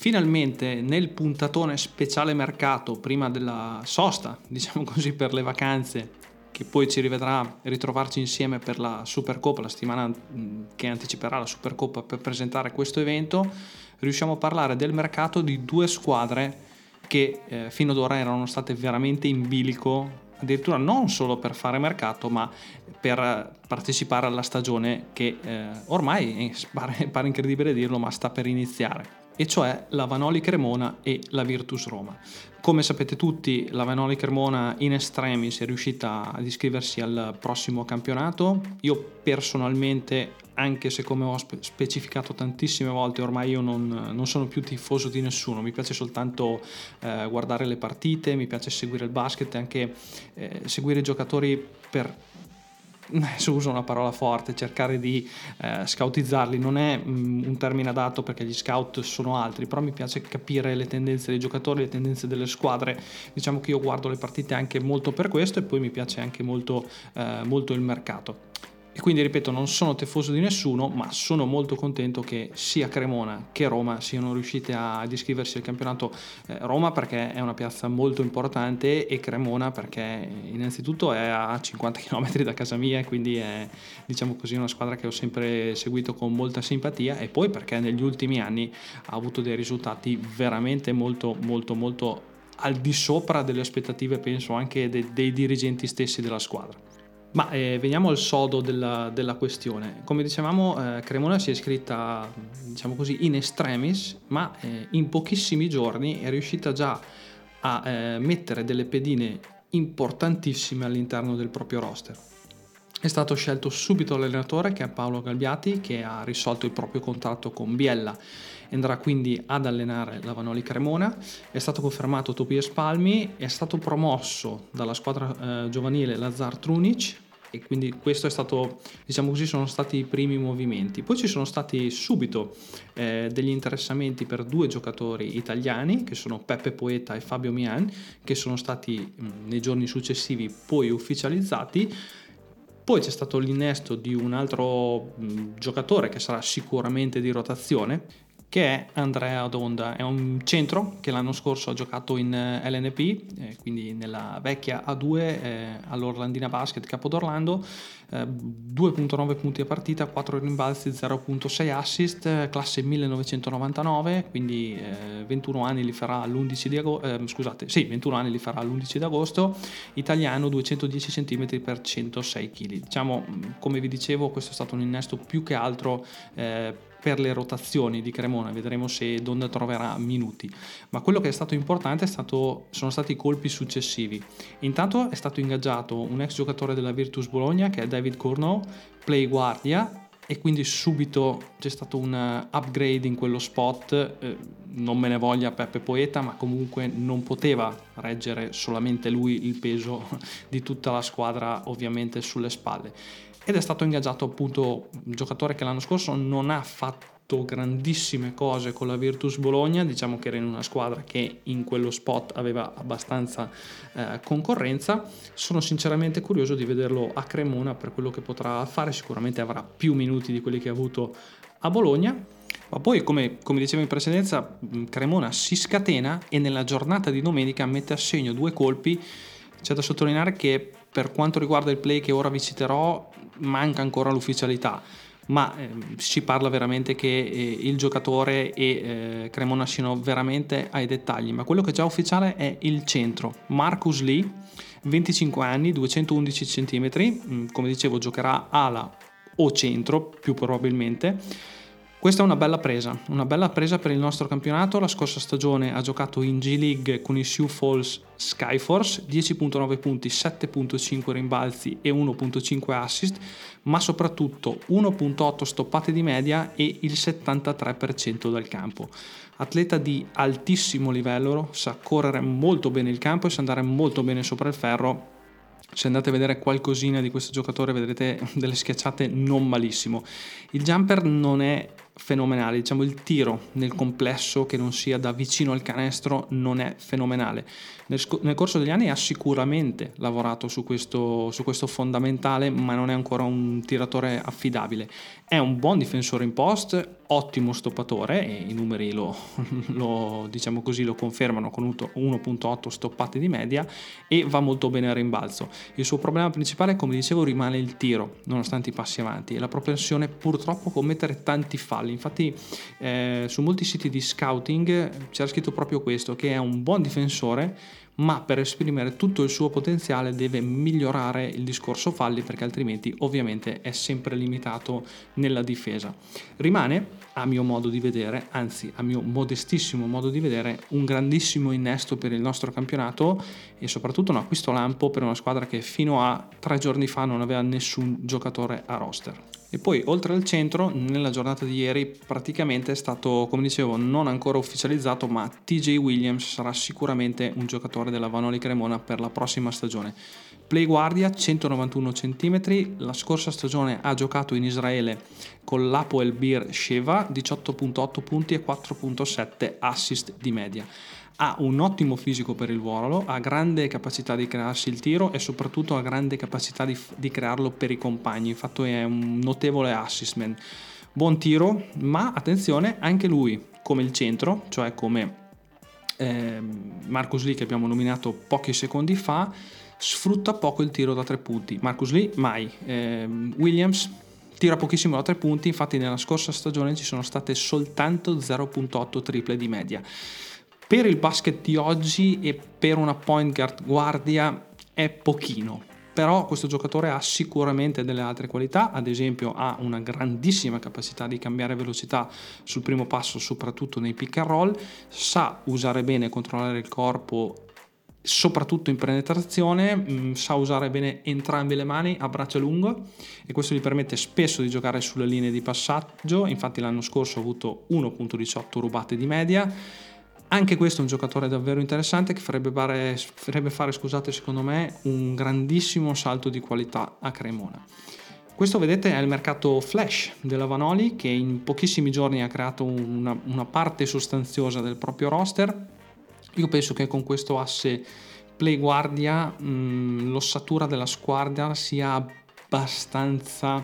finalmente nel puntatone speciale mercato prima della sosta, diciamo così, per le vacanze, che poi ci rivedrà ritrovarci insieme per la Supercoppa, la settimana che anticiperà la Supercoppa per presentare questo evento, riusciamo a parlare del mercato di due squadre che fino ad ora erano state veramente in bilico, addirittura non solo per fare mercato, ma per partecipare alla stagione che ormai pare incredibile dirlo, ma sta per iniziare, e cioè la Vanoli Cremona e la Virtus Roma. Come sapete tutti, la Vanoli Cremona in extremis è riuscita ad iscriversi al prossimo campionato. Io personalmente, anche se come ho specificato tantissime volte, ormai io non sono più tifoso di nessuno, mi piace soltanto guardare le partite, mi piace seguire il basket e anche seguire i giocatori per, se uso una parola forte, cercare di scoutizzarli. Non è un termine adatto perché gli scout sono altri, però mi piace capire le tendenze dei giocatori, le tendenze delle squadre. Diciamo che io guardo le partite anche molto per questo, e poi mi piace anche molto il mercato. E quindi, ripeto, non sono tifoso di nessuno, ma sono molto contento che sia Cremona che Roma siano riuscite ad iscriversi al campionato. Roma perché è una piazza molto importante, e Cremona perché innanzitutto è a 50 km da casa mia, e quindi è, diciamo così, una squadra che ho sempre seguito con molta simpatia, e poi perché negli ultimi anni ha avuto dei risultati veramente molto al di sopra delle aspettative, penso anche dei dirigenti stessi della squadra. Ma veniamo al sodo della questione. Come dicevamo, Cremona si è iscritta, diciamo così, in extremis, ma in pochissimi giorni è riuscita già a mettere delle pedine importantissime all'interno del proprio roster. È stato scelto subito l'allenatore, che è Paolo Galbiati, che ha risolto il proprio contratto con Biella e andrà quindi ad allenare la Vanoli Cremona. È stato confermato Tobias Palmi, è stato promosso dalla squadra giovanile Lazar Trunic, e quindi questo è stato, diciamo così, sono stati i primi movimenti. Poi ci sono stati subito degli interessamenti per due giocatori italiani, che sono Peppe Poeta e Fabio Mian, che sono stati nei giorni successivi poi ufficializzati. Poi c'è stato l'innesto di un altro giocatore che sarà sicuramente di rotazione, che è Andrea Donda. È un centro che l'anno scorso ha giocato in LNP, quindi nella vecchia A2 all'Orlandina Basket Capodorlando, 2.9 punti a partita, 4 rimbalzi, 0.6 assist, classe 1999, quindi 21 anni li farà l'11 di agosto, 21 anni li farà l'11 di agosto, italiano, 210 cm per 106 kg. Diciamo, come vi dicevo, questo è stato un innesto più che altro per le rotazioni di Cremona. Vedremo se Donda troverà minuti, ma quello che è stato importante sono stati i colpi successivi. Intanto è stato ingaggiato un ex giocatore della Virtus Bologna, che è David Cournot, play guardia, e quindi subito c'è stato un upgrade in quello spot. Non me ne voglia Peppe Poeta, ma comunque non poteva reggere solamente lui il peso di tutta la squadra, ovviamente, sulle spalle. Ed è stato ingaggiato appunto un giocatore che l'anno scorso non ha fatto grandissime cose con la Virtus Bologna, diciamo che era in una squadra che in quello spot aveva abbastanza concorrenza. Sono sinceramente curioso di vederlo a Cremona per quello che potrà fare. Sicuramente avrà più minuti di quelli che ha avuto a Bologna, ma poi come dicevo in precedenza, Cremona si scatena e nella giornata di domenica mette a segno due colpi. C'è da sottolineare che per quanto riguarda il play che ora vi citerò, manca ancora l'ufficialità, ma si parla veramente che il giocatore e Cremona siano veramente ai dettagli. Ma quello che è già ufficiale è il centro, Marcus Lee, 25 anni, 211 cm, come dicevo giocherà ala o centro più probabilmente. Questa è una bella presa per il nostro campionato. La scorsa stagione ha giocato in G League con i Sioux Falls Skyforce, 10.9 punti, 7.5 rimbalzi e 1.5 assist, ma soprattutto 1.8 stoppate di media e il 73% dal campo. Atleta di altissimo livello, sa correre molto bene il campo e sa andare molto bene sopra il ferro. Se andate a vedere qualcosina di questo giocatore vedrete delle schiacciate non malissimo. Il jumper non è fenomenale, diciamo il tiro nel complesso che non sia da vicino al canestro non è fenomenale. Nel corso degli anni ha sicuramente lavorato su questo fondamentale, ma non è ancora un tiratore affidabile. È un buon difensore in post, ottimo stoppatore, e i numeri diciamo così, lo confermano con 1.8 stoppate di media, e va molto bene al rimbalzo. Il suo problema principale, come dicevo, rimane il tiro, nonostante i passi avanti, e la propensione purtroppo a commettere tanti falli. Infatti su molti siti di scouting c'era scritto proprio questo, che è un buon difensore, ma per esprimere tutto il suo potenziale deve migliorare il discorso falli, perché altrimenti ovviamente è sempre limitato nella difesa. Rimane, a mio modo di vedere, anzi a mio modestissimo modo di vedere, un grandissimo innesto per il nostro campionato, e soprattutto un acquisto lampo per una squadra che fino a 3 giorni fa non aveva nessun giocatore a roster. E poi, oltre al centro, nella giornata di ieri praticamente è stato, come dicevo, non ancora ufficializzato, ma TJ Williams sarà sicuramente un giocatore della Vanoli Cremona per la prossima stagione. Play guardia, 191 cm, la scorsa stagione ha giocato in Israele con l'Hapoel Be'er Sheva, 18.8 punti e 4.7 assist di media. Ha un ottimo fisico per il ruolo, ha grande capacità di crearsi il tiro e soprattutto ha grande capacità di crearlo per i compagni. Infatti è un notevole assist man. Buon tiro, ma attenzione, anche lui, come il centro, cioè come Marcus Lee che abbiamo nominato pochi secondi fa, sfrutta poco il tiro da 3 punti. Marcus Lee mai. Williams tira pochissimo da 3 punti, infatti nella scorsa stagione ci sono state soltanto 0.8 triple di media. Per il basket di oggi e per una point guard guardia è pochino, però questo giocatore ha sicuramente delle altre qualità. Ad esempio ha una grandissima capacità di cambiare velocità sul primo passo, soprattutto nei pick and roll, sa usare bene e controllare il corpo soprattutto in penetrazione, sa usare bene entrambe le mani a braccio lungo, e questo gli permette spesso di giocare sulle linee di passaggio. Infatti l'anno scorso ha avuto 1.18 rubate di media. Anche questo è un giocatore davvero interessante che farebbe fare, secondo me, un grandissimo salto di qualità a Cremona. Questo, vedete, è il mercato flash della Vanoli, che in pochissimi giorni ha creato una parte sostanziosa del proprio roster. Io penso che con questo asse play guardia l'ossatura della squadra sia abbastanza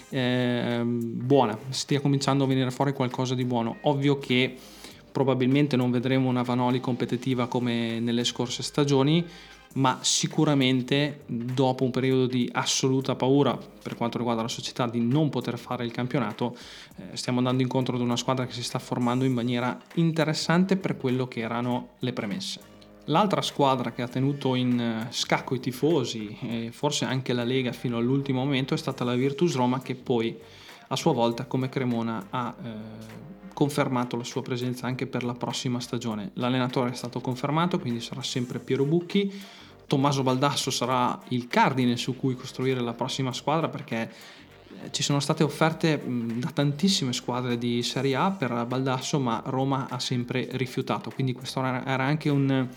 buona, stia cominciando a venire fuori qualcosa di buono. Ovvio che probabilmente non vedremo una Vanoli competitiva come nelle scorse stagioni, ma sicuramente dopo un periodo di assoluta paura per quanto riguarda la società di non poter fare il campionato, stiamo andando incontro ad una squadra che si sta formando in maniera interessante per quello che erano le premesse. L'altra squadra che ha tenuto in scacco i tifosi e forse anche la Lega fino all'ultimo momento è stata la Virtus Roma, che poi a sua volta, come Cremona, ha confermato la sua presenza anche per la prossima stagione. L'allenatore è stato confermato, quindi sarà sempre Piero Bucchi. Tommaso Baldasso sarà il cardine su cui costruire la prossima squadra, perché ci sono state offerte da tantissime squadre di Serie A per Baldasso, ma Roma ha sempre rifiutato, quindi questo era anche un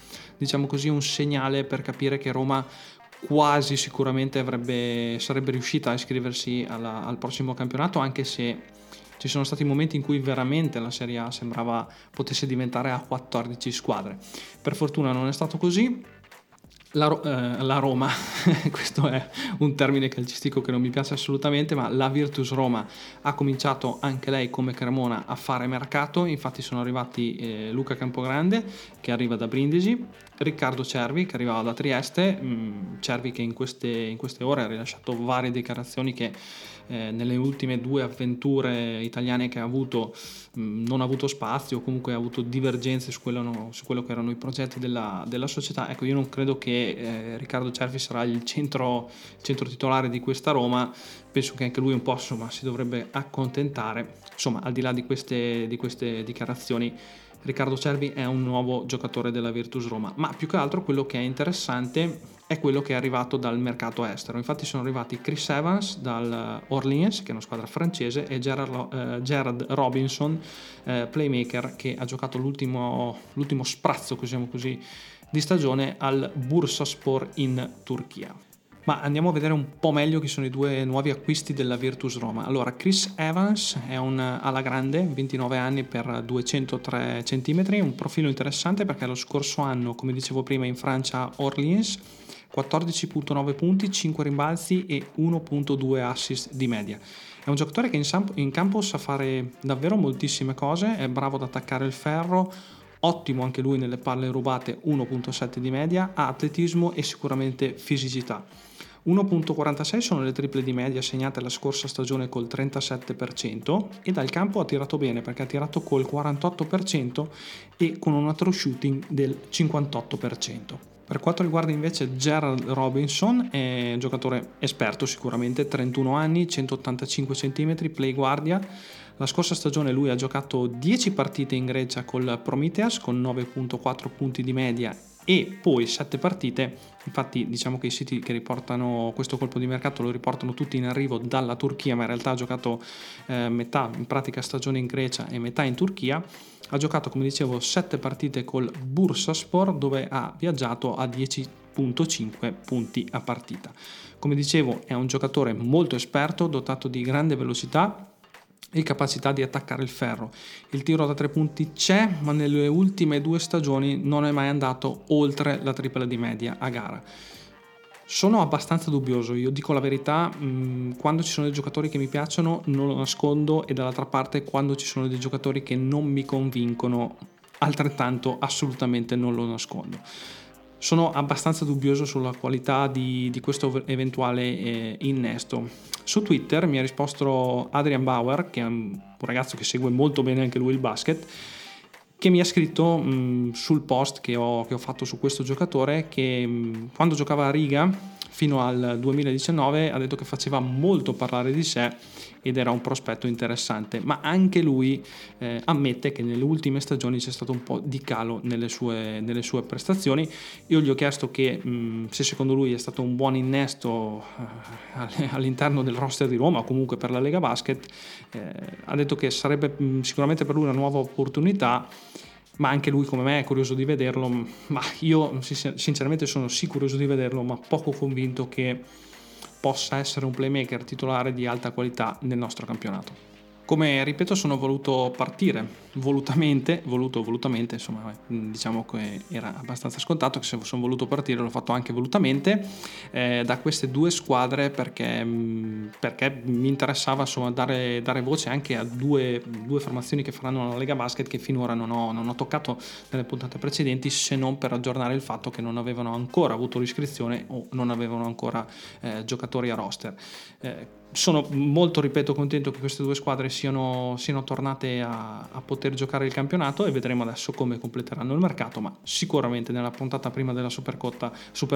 segnale per capire che Roma quasi sicuramente sarebbe riuscita a iscriversi al prossimo campionato, anche se ci sono stati momenti in cui veramente la Serie A sembrava potesse diventare a 14 squadre. Per fortuna non è stato così. La Roma, questo è un termine calcistico che non mi piace assolutamente, ma la Virtus Roma ha cominciato anche lei come Cremona a fare mercato. Infatti sono arrivati Luca Campogrande, che arriva da Brindisi, Riccardo Cervi, che arrivava da Trieste, Cervi che in queste ore ha rilasciato varie dichiarazioni che nelle ultime 2 avventure italiane che ha avuto non ha avuto spazio, o comunque ha avuto divergenze su quello che erano i progetti della società. Ecco, io non credo che Riccardo Cervi sarà il centro titolare di questa Roma. Penso che anche lui un po' si dovrebbe accontentare. Insomma, al di là di queste dichiarazioni, Riccardo Cervi è un nuovo giocatore della Virtus Roma, ma più che altro quello che è interessante è quello che è arrivato dal mercato estero. Infatti sono arrivati Chris Evans dal Orleans, che è una squadra francese, e Gerard Robinson, playmaker, che ha giocato l'ultimo sprazzo, così, di stagione al Bursaspor in Turchia. Ma andiamo a vedere un po' meglio chi sono i 2 nuovi acquisti della Virtus Roma. Allora, Chris Evans è un ala grande, 29 anni per 203 cm, un profilo interessante perché lo scorso anno, come dicevo prima, in Francia Orleans 14.9 punti, 5 rimbalzi e 1.2 assist di media. È un giocatore che in campo sa fare davvero moltissime cose, è bravo ad attaccare il ferro, ottimo anche lui nelle palle rubate, 1.7 di media, ha atletismo e sicuramente fisicità. 1.46 sono le triple di media segnate la scorsa stagione col 37% e dal campo ha tirato bene perché ha tirato col 48% e con un true shooting del 58%. Per quanto riguarda invece Gerald Robinson, è un giocatore esperto sicuramente, 31 anni, 185 cm, play guardia. La scorsa stagione lui ha giocato 10 partite in Grecia col Prometheas con 9.4 punti di media e poi 7 partite. Infatti diciamo che i siti che riportano questo colpo di mercato lo riportano tutti in arrivo dalla Turchia, ma in realtà ha giocato metà in pratica stagione in Grecia e metà in Turchia. Ha giocato, come dicevo, 7 partite col Bursaspor, dove ha viaggiato a 10.5 punti a partita. Come dicevo, è un giocatore molto esperto, dotato di grande velocità e capacità di attaccare il ferro. Il tiro da 3 punti c'è, ma nelle ultime 2 stagioni non è mai andato oltre la tripla di media a gara. Sono abbastanza dubbioso, io dico la verità, quando ci sono dei giocatori che mi piacciono non lo nascondo, e dall'altra parte quando ci sono dei giocatori che non mi convincono altrettanto assolutamente non lo nascondo. Sono abbastanza dubbioso sulla qualità di questo eventuale innesto. Su Twitter mi ha risposto Adrian Bauer, che è un ragazzo che segue molto bene anche lui il basket, che mi ha scritto sul post che ho fatto su questo giocatore che quando giocava a Riga fino al 2019 ha detto che faceva molto parlare di sé ed era un prospetto interessante, ma anche lui ammette che nelle ultime stagioni c'è stato un po' di calo nelle sue prestazioni. Io gli ho chiesto che se secondo lui è stato un buon innesto all'interno del roster di Roma o comunque per la Lega Basket. Ha detto che sarebbe sicuramente per lui una nuova opportunità, ma anche lui come me è curioso di vederlo. Ma io sinceramente sono sì curioso di vederlo, ma poco convinto che possa essere un playmaker titolare di alta qualità nel nostro campionato. Come ripeto, sono voluto partire volutamente, insomma, diciamo che era abbastanza scontato che se sono voluto partire l'ho fatto anche volutamente da queste 2 squadre perché mi interessava, insomma, dare voce anche a due formazioni che faranno la Lega Basket, che finora non ho toccato nelle puntate precedenti, se non per aggiornare il fatto che non avevano ancora avuto l'iscrizione o non avevano ancora giocatori a roster. Sono molto, ripeto, contento che queste 2 squadre siano tornate a poter giocare il campionato, e vedremo adesso come completeranno il mercato, ma sicuramente nella puntata prima della Supercoppa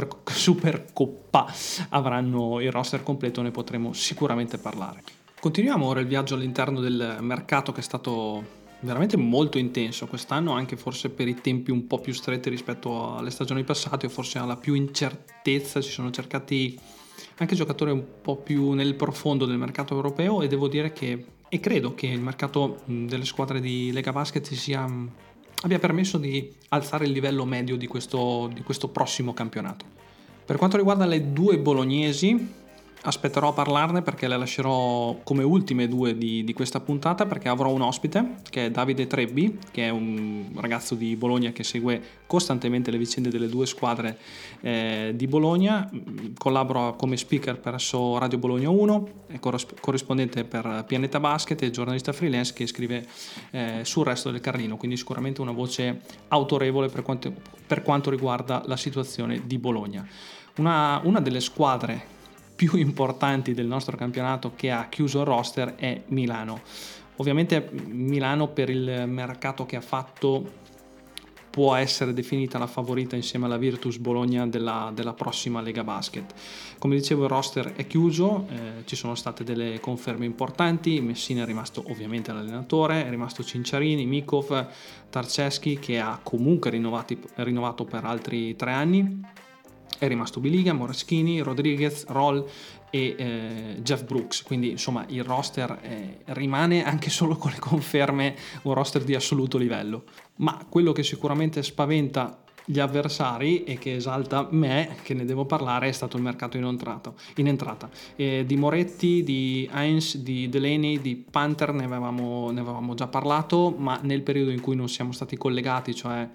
avranno il roster completo, ne potremo sicuramente parlare. Continuiamo ora il viaggio all'interno del mercato, che è stato veramente molto intenso quest'anno, anche forse per i tempi un po' più stretti rispetto alle stagioni passate, o forse alla più incertezza. Ci sono cercati anche giocatori un po' più nel profondo del mercato europeo, e devo dire che credo che il mercato delle squadre di Lega Basket abbia permesso di alzare il livello medio di questo prossimo campionato. Per quanto riguarda le 2 bolognesi, aspetterò a parlarne perché le lascerò come ultime 2 di questa puntata, perché avrò un ospite che è Davide Trebbi, che è un ragazzo di Bologna che segue costantemente le vicende delle 2 squadre di Bologna. Collabora come speaker presso Radio Bologna 1, è corrispondente per Pianeta Basket e giornalista freelance che scrive sul Resto del Carlino, quindi sicuramente una voce autorevole per quanto riguarda la situazione di Bologna. Una delle squadre più importanti del nostro campionato che ha chiuso il roster è Milano. Ovviamente Milano, per il mercato che ha fatto, può essere definita la favorita insieme alla Virtus Bologna della prossima Lega Basket. Come dicevo, il roster è chiuso, ci sono state delle conferme importanti. Messina è rimasto ovviamente l'allenatore, è rimasto Cinciarini, Mikov, Tarceschi, che ha comunque rinnovato per altri 3 anni. È rimasto Biliga, Moraschini, Rodriguez, Roll e Jeff Brooks, quindi insomma il roster rimane, anche solo con le conferme, un roster di assoluto livello. Ma quello che sicuramente spaventa gli avversari e che esalta me, che ne devo parlare, è stato il mercato in entrata. Di Moretti, di Heinz, di Delaney, di Panther ne avevamo già parlato, ma nel periodo in cui non siamo stati collegati, cioè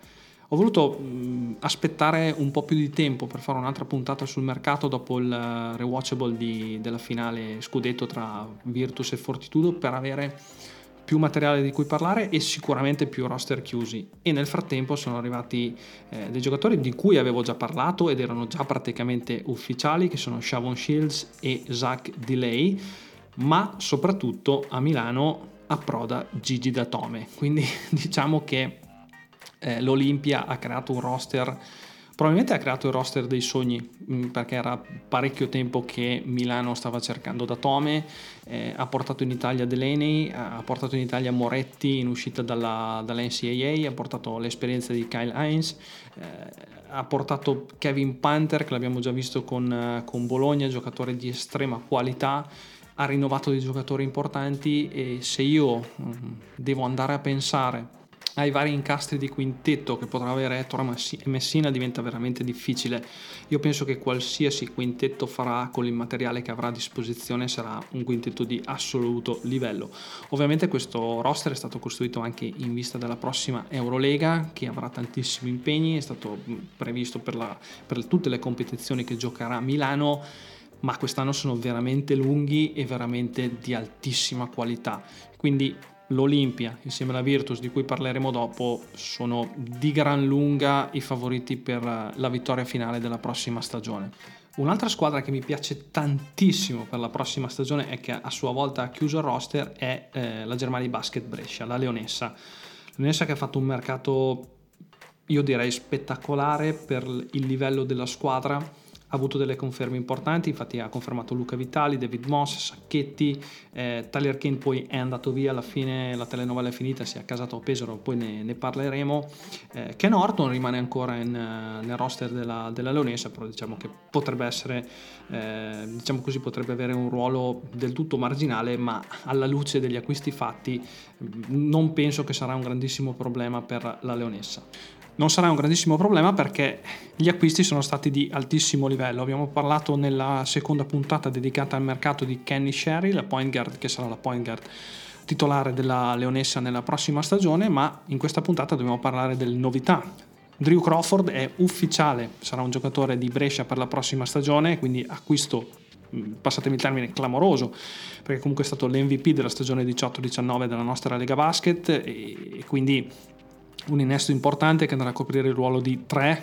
Ho voluto aspettare un po' più di tempo per fare un'altra puntata sul mercato dopo il rewatchable della finale scudetto tra Virtus e Fortitudo, per avere più materiale di cui parlare e sicuramente più roster chiusi. E nel frattempo sono arrivati dei giocatori di cui avevo già parlato ed erano già praticamente ufficiali, che sono Shavon Shields e Zach Delay, ma soprattutto a Milano approda Gigi Datome. Quindi diciamo che l'Olimpia ha creato un roster, probabilmente ha creato il roster dei sogni, perché era parecchio tempo che Milano stava cercando Datome, ha portato in Italia Delaney, ha portato in Italia Moretti in uscita dalla NCAA, ha portato l'esperienza di Kyle Hines, ha portato Kevin Panther, che l'abbiamo già visto con Bologna, giocatore di estrema qualità, ha rinnovato dei giocatori importanti. E se io devo andare a pensare ai vari incastri di quintetto che potrà avere Ettore Messina, diventa veramente difficile. Io penso che qualsiasi quintetto farà con il materiale che avrà a disposizione sarà un quintetto di assoluto livello. Ovviamente questo roster è stato costruito anche in vista della prossima Eurolega, che avrà tantissimi impegni, è stato previsto per tutte le competizioni che giocherà Milano, ma quest'anno sono veramente lunghi e veramente di altissima qualità. Quindi l'Olimpia insieme alla Virtus, di cui parleremo dopo, sono di gran lunga i favoriti per la vittoria finale della prossima stagione. Un'altra squadra che mi piace tantissimo per la prossima stagione e che a sua volta ha chiuso il roster è la Germania Basket Brescia, la Leonessa. Leonessa che ha fatto un mercato, io direi, spettacolare per il livello della squadra. Ha avuto delle conferme importanti, infatti ha confermato Luca Vitali, David Moss, Sacchetti, Tyler Kane poi è andato via alla fine, la telenovela è finita, si è accasato a Pesaro, poi ne parleremo. Ken Horton rimane ancora nel roster della Leonessa, però diciamo che potrebbe essere, diciamo così, potrebbe avere un ruolo del tutto marginale, ma alla luce degli acquisti fatti non penso che sarà un grandissimo problema per la Leonessa. Non sarà un grandissimo problema perché gli acquisti sono stati di altissimo livello. Abbiamo parlato nella seconda puntata dedicata al mercato di Kenny Sherry, la point guard, che sarà la point guard titolare della Leonessa nella prossima stagione, ma in questa puntata dobbiamo parlare delle novità. Drew Crawford è ufficiale, sarà un giocatore di Brescia per la prossima stagione, quindi acquisto, passatemi il termine, clamoroso, perché comunque è stato l'MVP della stagione 18-19 della nostra Lega Basket e quindi un innesto importante che andrà a coprire il ruolo di 3,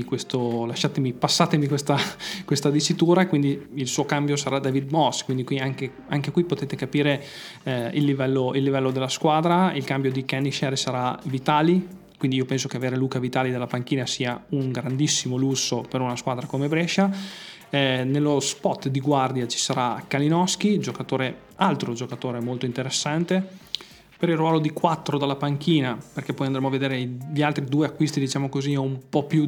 passatemi questa dicitura, e quindi il suo cambio sarà David Moss, quindi qui anche qui potete capire il livello della squadra. Il cambio di Kenny Sherry sarà Vitali, quindi io penso che avere Luca Vitali dalla panchina sia un grandissimo lusso per una squadra come Brescia. Nello spot di guardia ci sarà Kalinowski, altro giocatore molto interessante. Per il ruolo di 4 dalla panchina, perché poi andremo a vedere gli altri due acquisti, diciamo così, un po' più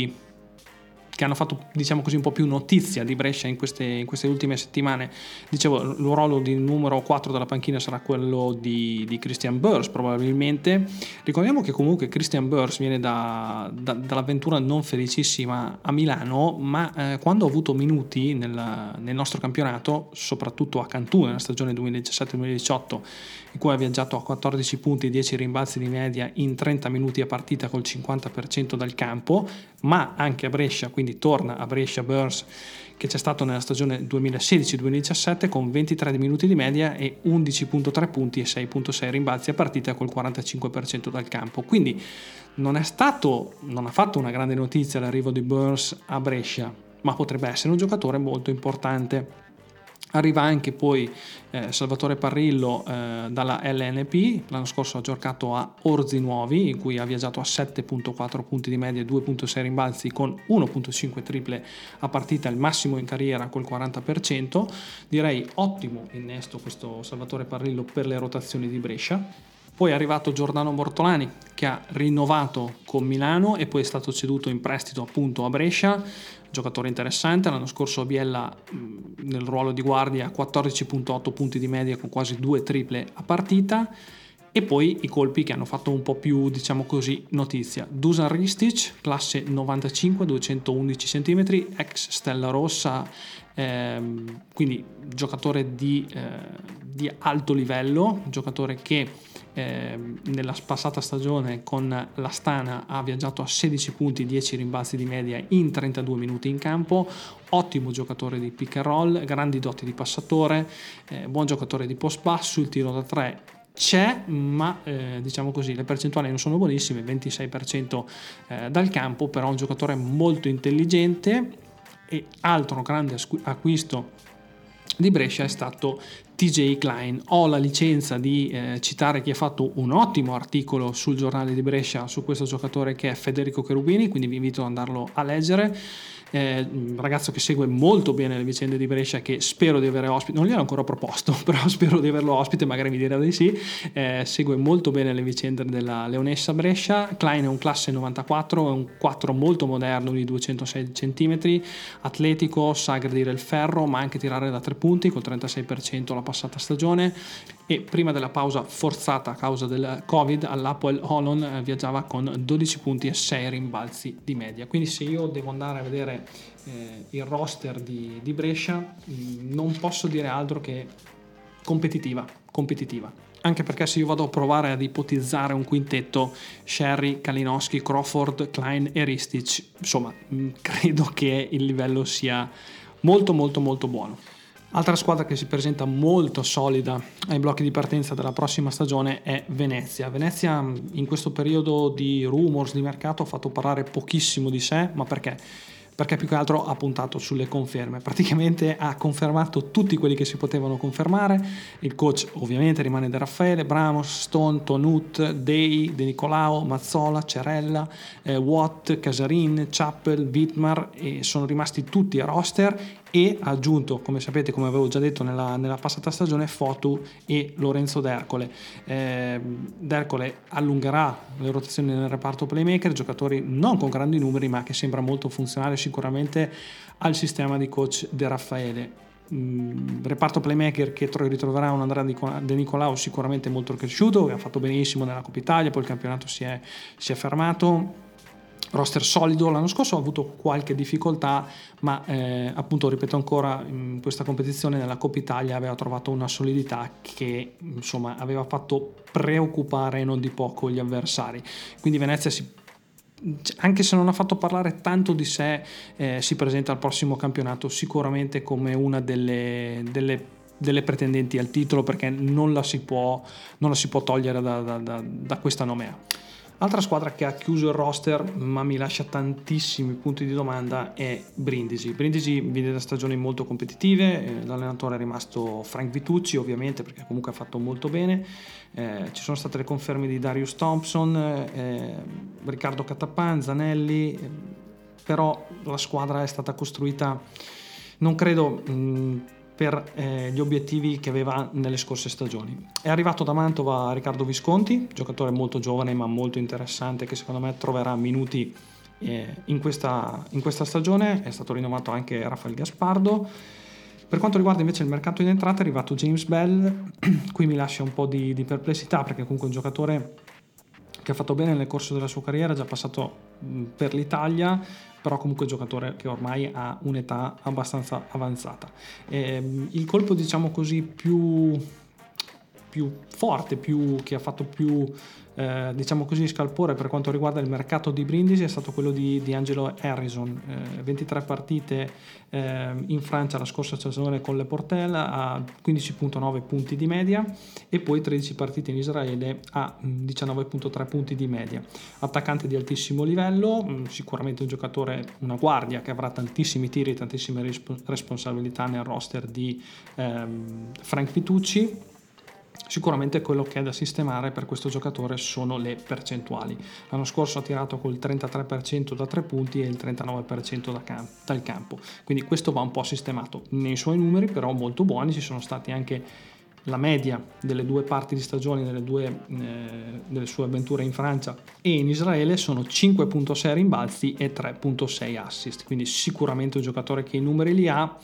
che hanno fatto, diciamo così, un po' più notizia di Brescia in queste ultime settimane. Dicevo, il ruolo di numero 4 dalla panchina sarà quello di Christian Burrs, probabilmente. Ricordiamo che comunque Christian Burrs viene dall'avventura non felicissima a Milano, ma quando ha avuto minuti nel nostro campionato, soprattutto a Cantù nella stagione 2017-2018, in cui ha viaggiato a 14 punti e 10 rimbalzi di media in 30 minuti a partita col 50% dal campo, ma anche a Brescia, quindi torna a Brescia Burns, che c'è stato nella stagione 2016-2017 con 23 minuti di media e 11.3 punti e 6.6 rimbalzi a partita col 45% dal campo. Quindi non ha fatto una grande notizia l'arrivo di Burns a Brescia, ma potrebbe essere un giocatore molto importante. Arriva anche poi Salvatore Parrillo dalla LNP, l'anno scorso ha giocato a Orzi Nuovi, in cui ha viaggiato a 7.4 punti di media e 2.6 rimbalzi con 1.5 triple a partita, il massimo in carriera col 40%. Direi ottimo innesto questo Salvatore Parrillo per le rotazioni di Brescia. Poi è arrivato Giordano Bortolani, che ha rinnovato con Milano e poi è stato ceduto in prestito appunto a Brescia, giocatore interessante. L'anno scorso a Biella nel ruolo di guardia 14.8 punti di media con quasi 2 triple a partita. E poi i colpi che hanno fatto un po' più, diciamo così, notizia: Dusan Ristic, classe 95, 211 cm, ex Stella Rossa, quindi giocatore di alto livello, giocatore che nella passata stagione con l'Astana ha viaggiato a 16 punti, 10 rimbalzi di media in 32 minuti in campo, ottimo giocatore di pick and roll, grandi doti di passatore, buon giocatore di post basso, il tiro da 3 c'è, ma diciamo così le percentuali non sono buonissime, 26% dal campo, però un giocatore molto intelligente. E altro grande acquisto di Brescia è stato TJ Klein. Ho la licenza di citare chi ha fatto un ottimo articolo sul giornale di Brescia su questo giocatore, che è Federico Cherubini, quindi vi invito ad andarlo a leggere. Un ragazzo che segue molto bene le vicende di Brescia, che spero di avere ospite, non gliel'ho ancora proposto, però spero di averlo ospite, magari mi dirà di sì. Segue molto bene le vicende della Leonessa Brescia. Klein è un classe 94, è un 4 molto moderno di 206 cm, atletico, sa aggredire il ferro ma anche tirare da 3 punti col 36% la passata stagione. E prima della pausa forzata a causa del Covid all'Apoel Holon viaggiava con 12 punti e 6 rimbalzi di media. Quindi se io devo andare a vedere il roster di Brescia, non posso dire altro che competitiva, anche perché se io vado a provare ad ipotizzare un quintetto, Sherry, Kalinowski, Crawford, Klein e Ristic, insomma credo che il livello sia molto buono. Altra squadra che si presenta molto solida ai blocchi di partenza della prossima stagione è Venezia. Venezia in questo periodo di rumors di mercato ha fatto parlare pochissimo di sé, ma perché? Perché più che altro ha puntato sulle conferme, praticamente ha confermato tutti quelli che si potevano confermare. Il coach ovviamente rimane De Raffaele, Bramos, Stone, Tonut, Day, De Nicolao, Mazzola, Cerella, Watt, Casarin, Chappell, Wittmar, e sono rimasti tutti a roster, e ha aggiunto, come sapete, come avevo già detto nella passata stagione, Fotu e Lorenzo D'Ercole. D'Ercole allungherà le rotazioni nel reparto playmaker, giocatori non con grandi numeri ma che sembra molto funzionale sicuramente al sistema di coach De Raffaele. Reparto playmaker che ritroverà un Andrea De Nicolao sicuramente molto cresciuto, che ha fatto benissimo nella Coppa Italia, poi il campionato si è fermato. Roster solido, l'anno scorso ha avuto qualche difficoltà, ma appunto ripeto ancora, in questa competizione nella Coppa Italia aveva trovato una solidità che insomma aveva fatto preoccupare non di poco gli avversari. Quindi Venezia, anche se non ha fatto parlare tanto di sé, si presenta al prossimo campionato sicuramente come una delle pretendenti al titolo, perché non la si può togliere da questa nomea. Altra squadra che ha chiuso il roster ma mi lascia tantissimi punti di domanda è Brindisi. Brindisi viene da stagioni molto competitive, l'allenatore è rimasto Frank Vitucci ovviamente, perché comunque ha fatto molto bene. Ci sono state le conferme di Darius Thompson, Riccardo Catapan, Zanelli, però la squadra è stata costruita, non credo per gli obiettivi che aveva nelle scorse stagioni. È arrivato da Mantova Riccardo Visconti, giocatore molto giovane ma molto interessante, che secondo me troverà minuti in questa stagione. È stato rinnovato anche Rafael Gaspardo. Per quanto riguarda invece il mercato in entrata è arrivato James Bell. Qui mi lascia un po' di perplessità, perché comunque è un giocatore che ha fatto bene nel corso della sua carriera, è già passato per l'Italia, però comunque giocatore che ormai ha un'età abbastanza avanzata. Il colpo, diciamo così, più forte, che ha fatto più diciamo così scalpore per quanto riguarda il mercato di Brindisi è stato quello di Angelo Harrison. 23 partite in Francia la scorsa stagione con Le Portel a 15.9 punti di media, e poi 13 partite in Israele a 19.3 punti di media. Attaccante di altissimo livello, sicuramente un giocatore, una guardia che avrà tantissimi tiri e tantissime responsabilità nel roster di Frank Vitucci. Sicuramente quello che è da sistemare per questo giocatore sono le percentuali. L'anno scorso ha tirato col 33% da 3 punti e il 39% dal campo, quindi questo va un po' sistemato. Nei suoi numeri però molto buoni ci sono stati anche la media delle due parti di stagione delle sue avventure in Francia e in Israele sono 5.6 rimbalzi e 3.6 assist, quindi sicuramente un giocatore che i numeri li ha.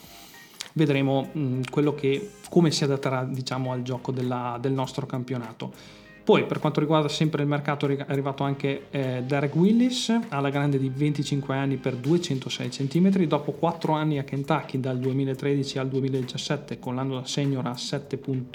Vedremo come si adatterà, diciamo, al gioco del nostro campionato. Poi per quanto riguarda sempre il mercato è arrivato anche Derek Willis alla grande di 25 anni per 206 cm, dopo 4 anni a Kentucky dal 2013 al 2017 con l'anno da senior a 7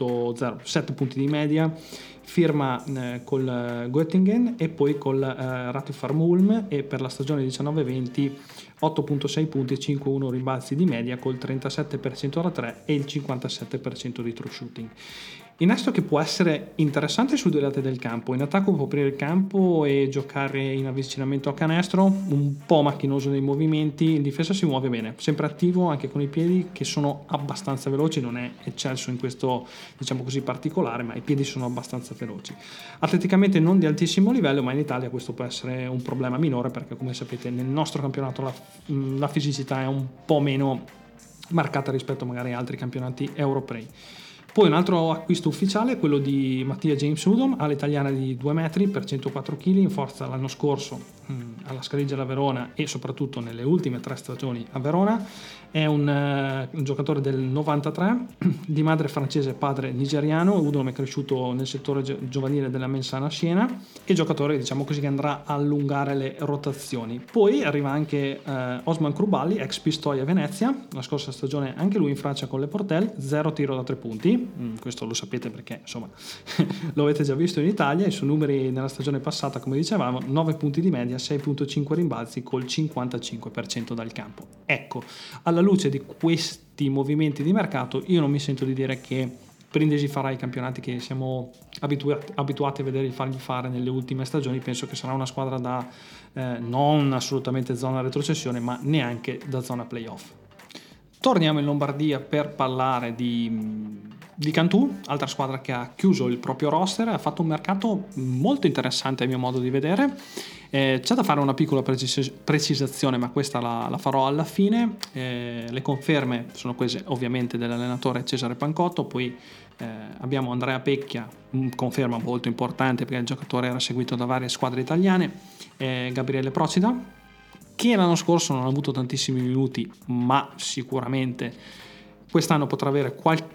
punti di media, firma col Göttingen e poi col Ratifarm Ulm, e per la stagione 19-20 8.6 punti e 5.1 rimbalzi di media col 37% da 3 e il 57% di true shooting. Innesto che può essere interessante su due lati del campo. In attacco può aprire il campo e giocare in avvicinamento a canestro, un po' macchinoso nei movimenti. In difesa si muove bene, sempre attivo anche con i piedi che sono abbastanza veloci, non è eccelso in questo, diciamo così, particolare, ma i piedi sono abbastanza veloci. Atleticamente non di altissimo livello, ma in Italia questo può essere un problema minore, perché come sapete nel nostro campionato la fisicità è un po' meno marcata rispetto magari a altri campionati europei. Poi un altro acquisto ufficiale è quello di Mattia James Udom, all'italiana di 2 metri per 104 kg, in forza l'anno scorso alla Scarigia alla Verona e soprattutto nelle ultime 3 stagioni a Verona. È un giocatore del 93, di madre francese e padre nigeriano. Udom è cresciuto nel settore giovanile della Mensana a Siena e giocatore, diciamo così, che andrà a allungare le rotazioni. Poi arriva anche Osman Kruballi, ex Pistoia Venezia, la scorsa stagione anche lui in Francia con le Portel, 0 tiro da 3 punti. Questo lo sapete perché insomma lo avete già visto in Italia. I suoi numeri nella stagione passata, come dicevamo, 9 punti di media, 6.5 rimbalzi col 55% dal campo. Ecco, alla luce di questi movimenti di mercato io non mi sento di dire che Brindisi farà i campionati che siamo abituati a vedere fargli fare nelle ultime stagioni. Penso che sarà una squadra da non assolutamente zona retrocessione, ma neanche da zona playoff. Torniamo in Lombardia per parlare di Cantù, altra squadra che ha chiuso il proprio roster, ha fatto un mercato molto interessante a mio modo di vedere. C'è da fare una piccola precisazione, ma questa la farò alla fine. Le conferme sono queste ovviamente dell'allenatore Cesare Pancotto, poi abbiamo Andrea Pecchia, conferma molto importante perché il giocatore era seguito da varie squadre italiane, Gabriele Procida, che l'anno scorso non ha avuto tantissimi minuti, ma sicuramente quest'anno potrà avere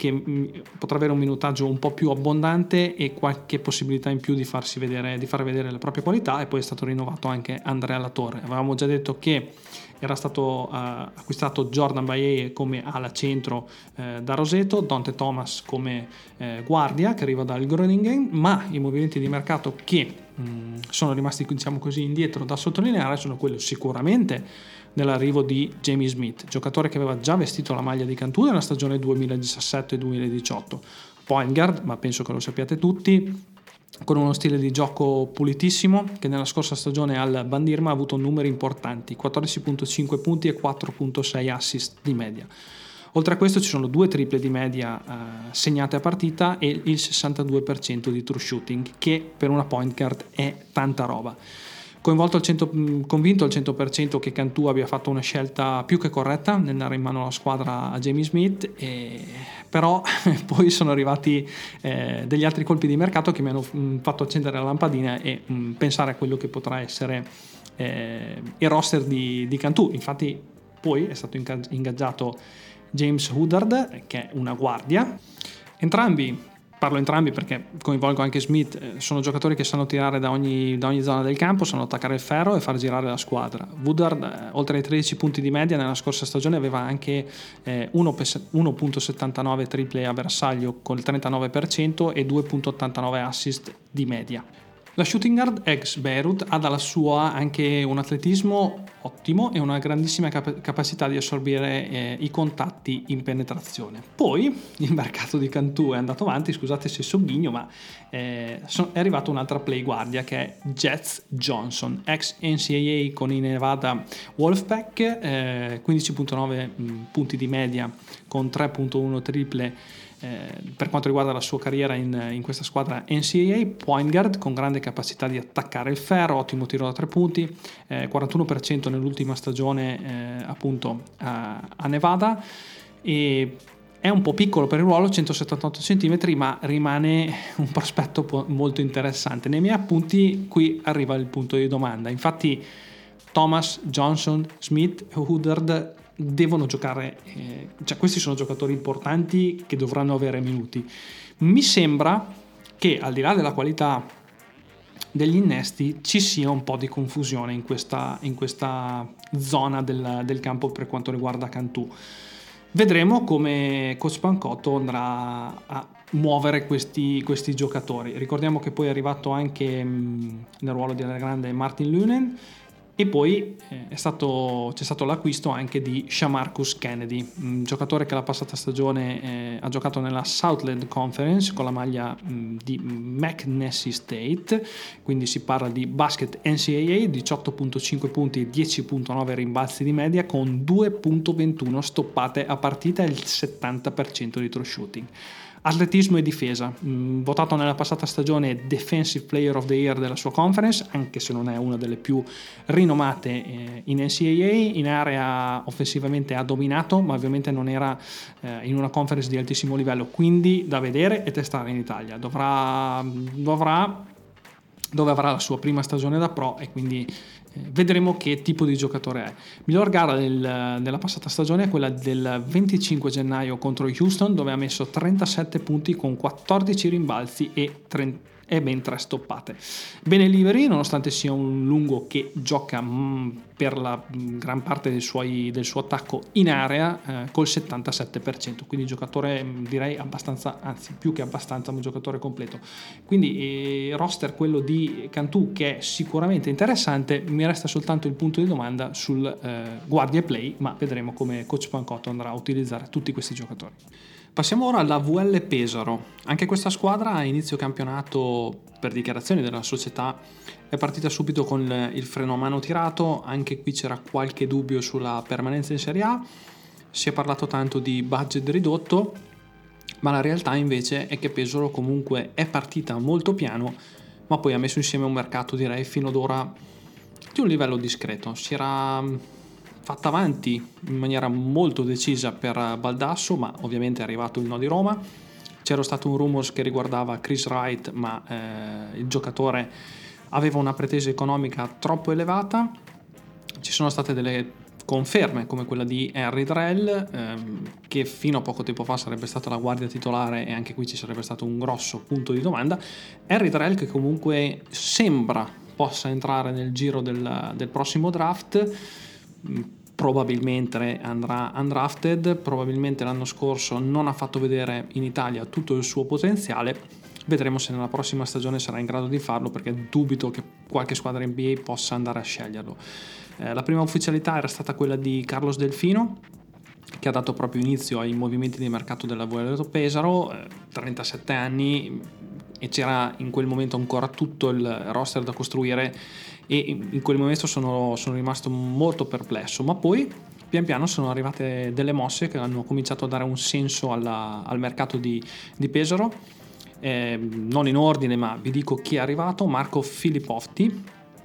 un minutaggio un po' più abbondante e qualche possibilità in più di far vedere le proprie qualità. E poi è stato rinnovato anche Andrea Latorre. Avevamo già detto che era stato acquistato Jordan Baye come ala centro da Roseto, Dante Thomas come guardia che arriva dal Groningen, ma i movimenti di mercato che sono rimasti, diciamo così, indietro da sottolineare sono quello sicuramente dell'arrivo di Jamie Smith, giocatore che aveva già vestito la maglia di Cantù nella stagione 2017-2018, point guard, ma penso che lo sappiate tutti, con uno stile di gioco pulitissimo, che nella scorsa stagione al Bandirma ha avuto numeri importanti, 14.5 punti e 4.6 assist di media. Oltre a questo ci sono 2 triple di media segnate a partita e il 62% di true shooting, che per una point guard è tanta roba. Convinto al 100% che Cantù abbia fatto una scelta più che corretta nel dare in mano la squadra a Jamie Smith, però poi sono arrivati degli altri colpi di mercato che mi hanno fatto accendere la lampadina e pensare a quello che potrà essere il roster di Cantù. Infatti poi è stato ingaggiato James Woodard, che è una guardia. Parlo entrambi perché coinvolgo anche Smith, sono giocatori che sanno tirare da ogni zona del campo, sanno attaccare il ferro e far girare la squadra. Woodard, oltre ai 13 punti di media nella scorsa stagione, aveva anche 1.79 triple a bersaglio con il 39% e 2.89 assist di media. La shooting guard ex Beirut ha dalla sua anche un atletismo ottimo e una grandissima capacità di assorbire i contatti in penetrazione. Poi il mercato di Cantù è andato avanti, scusate se sogghigno, ma è arrivata un'altra play guardia che è Jets Johnson, ex NCAA con i Nevada Wolfpack, 15.9 punti di media con 3.1 triple. Per quanto riguarda la sua carriera in questa squadra NCAA, point guard con grande capacità di attaccare il ferro, ottimo tiro da 3 punti, 41% nell'ultima stagione appunto a Nevada, e è un po' piccolo per il ruolo, 178 cm, ma rimane un prospetto molto interessante. Nei miei appunti qui arriva il punto di domanda. Infatti Thomas, Johnson, Smith e Woodard devono giocare, questi sono giocatori importanti che dovranno avere minuti. Mi sembra che al di là della qualità degli innesti ci sia un po' di confusione in questa zona del campo per quanto riguarda Cantù. Vedremo come Coach Pancotto andrà a muovere questi giocatori. Ricordiamo che poi è arrivato anche nel ruolo di grande Martin Lunen, e poi c'è stato l'acquisto anche di Shamarcus Kennedy, un giocatore che la passata stagione ha giocato nella Southland Conference con la maglia di McNessie State, quindi si parla di basket NCAA, 18.5 punti e 10.9 rimbalzi di media con 2.21 stoppate a partita e il 70% di true shooting. Atletismo e difesa, votato nella passata stagione Defensive Player of the Year della sua conference, anche se non è una delle più rinomate in NCAA. In area offensivamente ha dominato, ma ovviamente non era in una conference di altissimo livello, quindi da vedere e testare in Italia. Dove avrà la sua prima stagione da pro, e quindi vedremo che tipo di giocatore è. Miglior gara della passata stagione è quella del 25 gennaio contro Houston, dove ha messo 37 punti con 14 rimbalzi e ben 3 stoppate. Bene liberi, nonostante sia un lungo che gioca per la gran parte del suo attacco in area col 77%, quindi giocatore direi abbastanza, anzi più che abbastanza, un giocatore completo. Quindi roster quello di Cantù che è sicuramente interessante. Mi resta soltanto il punto di domanda sul guardia e play, ma vedremo come Coach Pancotto andrà a utilizzare tutti questi giocatori. Passiamo ora alla VL Pesaro. Anche questa squadra a inizio campionato, per dichiarazioni della società, è partita subito con il freno a mano tirato. Anche qui c'era qualche dubbio sulla permanenza in Serie A, si è parlato tanto di budget ridotto, ma la realtà invece è che Pesaro comunque è partita molto piano, ma poi ha messo insieme un mercato, direi fino ad ora di un livello discreto. Si era fatta avanti in maniera molto decisa per Baldasso, ma ovviamente è arrivato il no di Roma. C'era stato un rumors che riguardava Chris Wright, ma il giocatore aveva una pretesa economica troppo elevata. Ci sono state delle conferme come quella di Henry Drell, che fino a poco tempo fa sarebbe stata la guardia titolare, e anche qui ci sarebbe stato un grosso punto di domanda. Henry Drell che comunque sembra possa entrare nel giro del prossimo draft, probabilmente andrà undrafted, probabilmente l'anno scorso non ha fatto vedere in Italia tutto il suo potenziale. Vedremo se nella prossima stagione sarà in grado di farlo, perché dubito che qualche squadra NBA possa andare a sceglierlo. La prima ufficialità era stata quella di Carlos Delfino, che ha dato proprio inizio ai movimenti di mercato della VL Pesaro, 37 anni, e c'era in quel momento ancora tutto il roster da costruire, e in quel momento sono rimasto molto perplesso, ma poi pian piano sono arrivate delle mosse che hanno cominciato a dare un senso al mercato di Pesaro. Non in ordine, ma vi dico chi è arrivato: Marco Filippotti,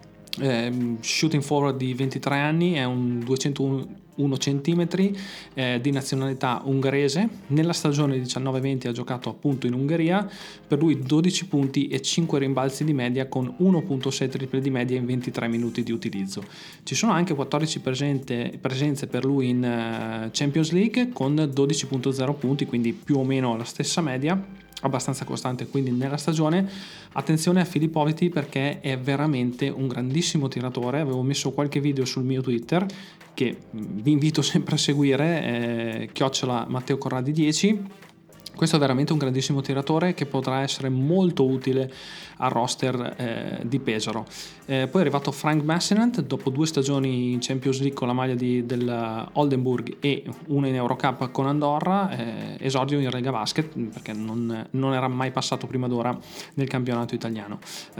shooting forward di 23 anni, è un 201 centimetri, di nazionalità ungherese. Nella stagione 19-20 ha giocato appunto in Ungheria, per lui 12 punti e 5 rimbalzi di media con 1.6 triple di media in 23 minuti di utilizzo. Ci sono anche 14 presenze per lui in Champions League con 12.0 punti, quindi più o meno la stessa media, abbastanza costante quindi nella stagione. Attenzione a Filippotti perché è veramente un grandissimo tiratore. Avevo messo qualche video sul mio Twitter che vi invito sempre a seguire, @ Matteo Corradi 10. Questo è veramente un grandissimo tiratore che potrà essere molto utile al roster di Pesaro. Poi è arrivato Frank Massenant dopo 2 stagioni in Champions League con la maglia del Oldenburg e una in Eurocup con Andorra, esordio in Lega Basket perché non era mai passato prima d'ora nel campionato italiano.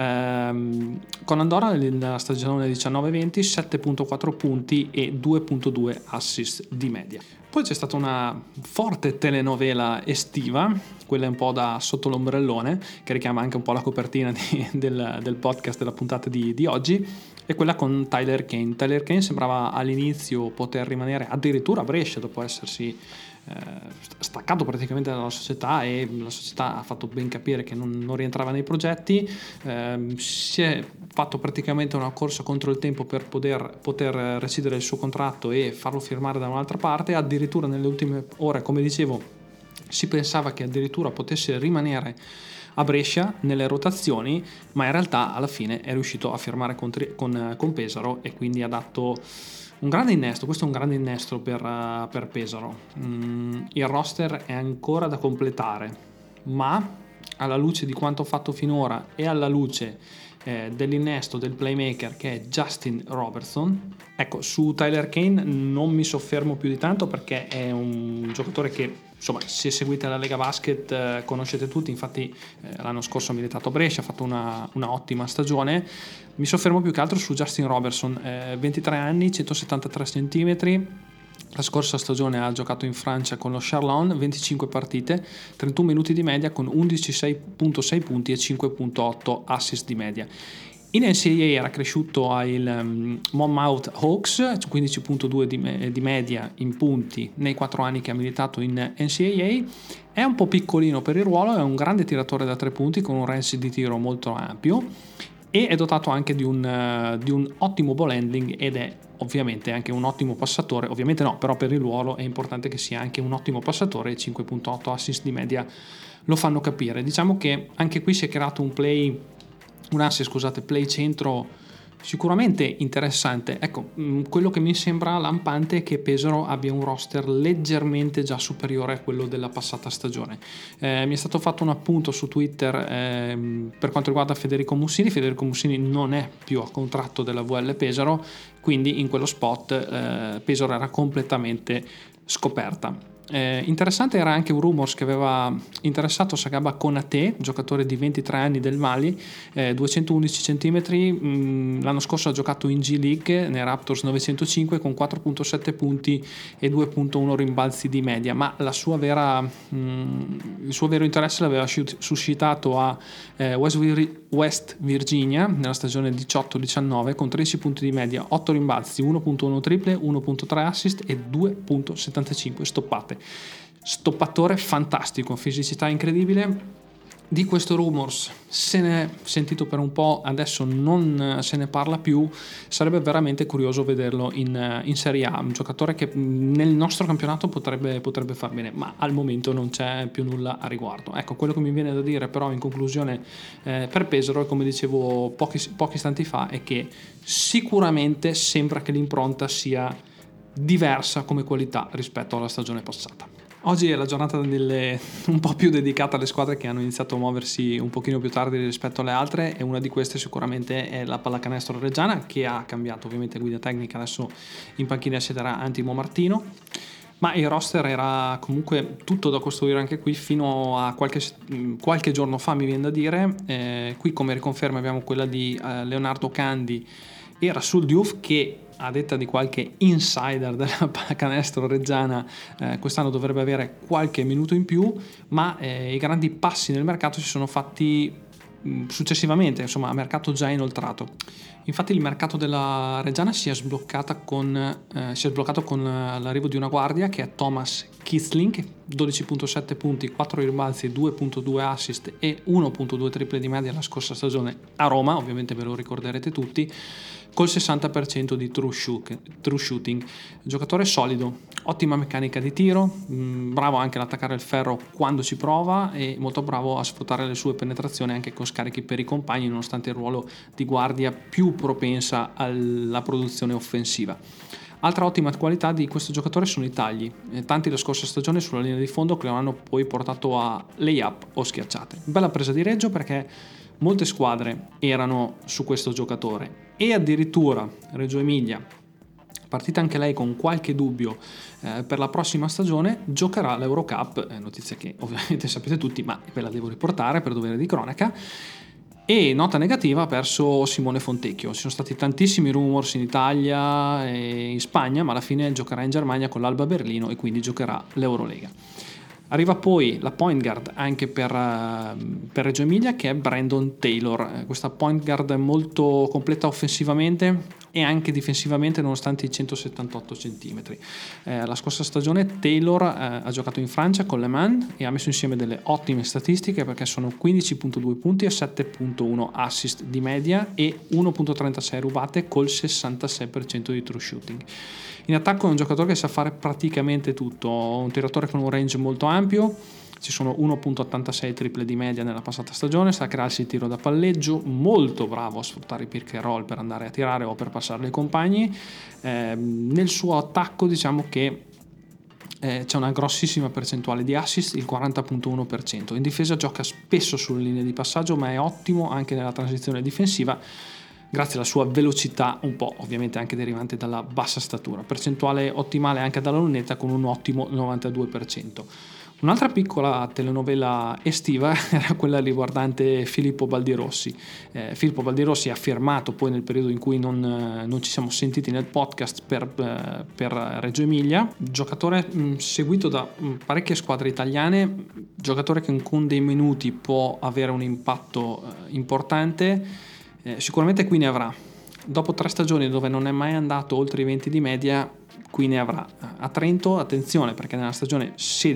Con Andorra nella stagione 19-20 7.4 punti e 2.2 assist di media. Poi c'è stata una forte telenovela estiva, quella un po' da sotto l'ombrellone, che richiama anche un po' la copertina del podcast della puntata di oggi, è quella con Tyler Kane. Tyler Kane sembrava all'inizio poter rimanere addirittura a Brescia dopo essersi staccato praticamente dalla società, e la società ha fatto ben capire che non rientrava nei progetti. Si è fatto praticamente una corsa contro il tempo per poter recidere il suo contratto e farlo firmare da un'altra parte. Addirittura nelle ultime ore, come dicevo, si pensava che addirittura potesse rimanere a Brescia nelle rotazioni, ma in realtà alla fine è riuscito a firmare con Pesaro e quindi ha dato un grande innesto. Questo è un grande innesto per Pesaro. Il roster è ancora da completare, ma alla luce di quanto fatto finora e alla luce dell'innesto del playmaker che è Justin Robertson, ecco, su Tyler Kane non mi soffermo più di tanto perché è un giocatore che, insomma, se seguite la Lega Basket conoscete tutti. Infatti l'anno scorso ha militato a Brescia, ha fatto una ottima stagione. Mi soffermo più che altro su Justin Robertson, 23 anni, 173 cm. La scorsa stagione ha giocato in Francia con lo Charleroi, 25 partite, 31 minuti di media con 11,6 punti e 5,8 assist di media. In NCAA era cresciuto ai Monmouth Hawks, 15,2 di media in punti nei 4 anni che ha militato in NCAA. È un po' piccolino per il ruolo, è un grande tiratore da 3 punti con un range di tiro molto ampio e è dotato anche di un ottimo ball handling ed è ovviamente anche un ottimo passatore. Ovviamente no, però per il ruolo è importante che sia anche un ottimo passatore, e 5,8 assist di media lo fanno capire. Diciamo che anche qui si è creato play centro sicuramente interessante. Ecco, quello che mi sembra lampante è che Pesaro abbia un roster leggermente già superiore a quello della passata stagione. Mi è stato fatto un appunto su Twitter per quanto riguarda Federico Mussini non è più a contratto della VL Pesaro, quindi in quello spot Pesaro era completamente scoperta. Interessante era anche un rumors che aveva interessato Sagaba Konate, giocatore di 23 anni del Mali, 211 cm, l'anno scorso ha giocato in G League nei Raptors 905 con 4,7 punti e 2,1 rimbalzi di media, ma il suo vero interesse l'aveva suscitato a West Virginia nella stagione 18-19 con 13 punti di media, 8 rimbalzi, 1,1 triple, 1,3 assist e 2,75 stoppate. Stoppatore fantastico, fisicità incredibile. Di questo rumors se ne è sentito per un po', adesso non se ne parla più. Sarebbe veramente curioso vederlo in Serie A, un giocatore che nel nostro campionato potrebbe far bene, ma al momento non c'è più nulla a riguardo. Ecco, quello che mi viene da dire però in conclusione per Pesaro, come dicevo pochi istanti fa, è che sicuramente sembra che l'impronta sia diversa come qualità rispetto alla stagione passata. Oggi è la giornata un po' più dedicata alle squadre che hanno iniziato a muoversi un pochino più tardi rispetto alle altre, e una di queste sicuramente è la Pallacanestro Reggiana, che ha cambiato ovviamente guida tecnica. Adesso in panchina siederà Antimo Martino, ma il roster era comunque tutto da costruire anche qui fino a qualche giorno fa, mi viene da dire. Qui come riconferma abbiamo quella di Leonardo Candi e Rasul Diouf, che a detta di qualche insider della Pallacanestro Reggiana quest'anno dovrebbe avere qualche minuto in più, ma i grandi passi nel mercato si sono fatti successivamente, insomma a mercato già inoltrato. Infatti il mercato della Reggiana si è sbloccato con l'arrivo di una guardia che è Thomas Kitzling, 12,7 punti, 4 rimbalzi, 2,2 assist e 1,2 triple di media la scorsa stagione a Roma, ovviamente ve lo ricorderete tutti, col 60% di true shooting. Giocatore solido, ottima meccanica di tiro, bravo anche ad attaccare il ferro quando ci prova e molto bravo a sfruttare le sue penetrazioni anche con scarichi per i compagni, nonostante il ruolo di guardia più propensa alla produzione offensiva. Altra ottima qualità di questo giocatore sono i tagli, tanti la scorsa stagione sulla linea di fondo che lo hanno poi portato a lay-up o schiacciate. Bella presa di Reggio perché molte squadre erano su questo giocatore e addirittura Reggio Emilia, partita anche lei con qualche dubbio per la prossima stagione, giocherà l'Eurocup, notizia che ovviamente sapete tutti ma ve la devo riportare per dovere di cronaca. E nota negativa, ha perso Simone Fontecchio. Ci sono stati tantissimi rumors in Italia e in Spagna, ma alla fine giocherà in Germania con l'Alba Berlino e quindi giocherà l'Eurolega. Arriva poi la point guard anche per Reggio Emilia, che è Brandon Taylor. Questa point guard è molto completa offensivamente e anche difensivamente, nonostante i 178 cm. La scorsa stagione Taylor ha giocato in Francia con Le Mans e ha messo insieme delle ottime statistiche, perché sono 15,2 punti e 7,1 assist di media e 1,36 rubate col 66% di true shooting. In attacco è un giocatore che sa fare praticamente tutto, un tiratore con un range molto ampio, ci sono 1.86 triple di media nella passata stagione, sa crearsi il tiro da palleggio, molto bravo a sfruttare i pick and roll per andare a tirare o per passare ai compagni. Nel suo attacco diciamo che c'è una grossissima percentuale di assist, il 40.1%. In difesa gioca spesso sulle linee di passaggio, ma è ottimo anche nella transizione difensiva grazie alla sua velocità, un po' ovviamente anche derivante dalla bassa statura. Percentuale ottimale anche dalla lunetta con un ottimo 92%. Un'altra piccola telenovela estiva era quella riguardante Filippo Baldirossi. Filippo Baldirossi ha firmato poi nel periodo in cui non ci siamo sentiti nel podcast per Reggio Emilia, giocatore seguito da parecchie squadre italiane, giocatore che con dei minuti può avere un impatto importante, sicuramente qui ne avrà. Dopo 3 stagioni dove non è mai andato oltre i 20 di media, qui ne avrà. A Trento, attenzione, perché nella stagione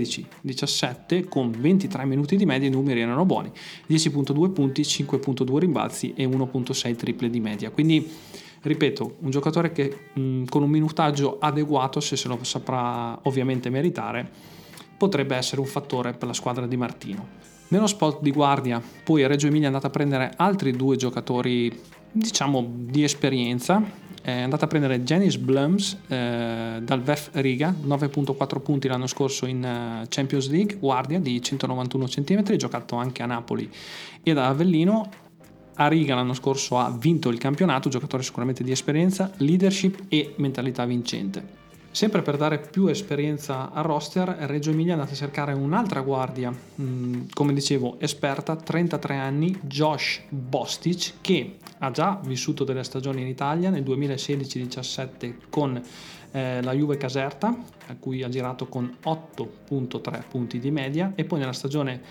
16-17 con 23 minuti di media i numeri erano buoni, 10.2 punti, 5.2 rimbalzi e 1.6 triple di media, quindi ripeto, un giocatore che con un minutaggio adeguato, se lo saprà ovviamente meritare, potrebbe essere un fattore per la squadra di Martino. Nello spot di guardia poi Reggio Emilia è andata a prendere altri 2 giocatori diciamo di esperienza. È andata a prendere Janis Blums dal VEF Riga, 9.4 punti l'anno scorso in Champions League, guardia di 191 cm, giocato anche a Napoli e ad Avellino. A Riga l'anno scorso ha vinto il campionato, giocatore sicuramente di esperienza, leadership e mentalità vincente. Sempre per dare più esperienza al roster, Reggio Emilia è andata a cercare un'altra guardia, come dicevo, esperta, 33 anni, Josh Bostic, che ha già vissuto delle stagioni in Italia nel 2016-17 con la Juve Caserta, a cui ha girato con 8.3 punti di media, e poi nella stagione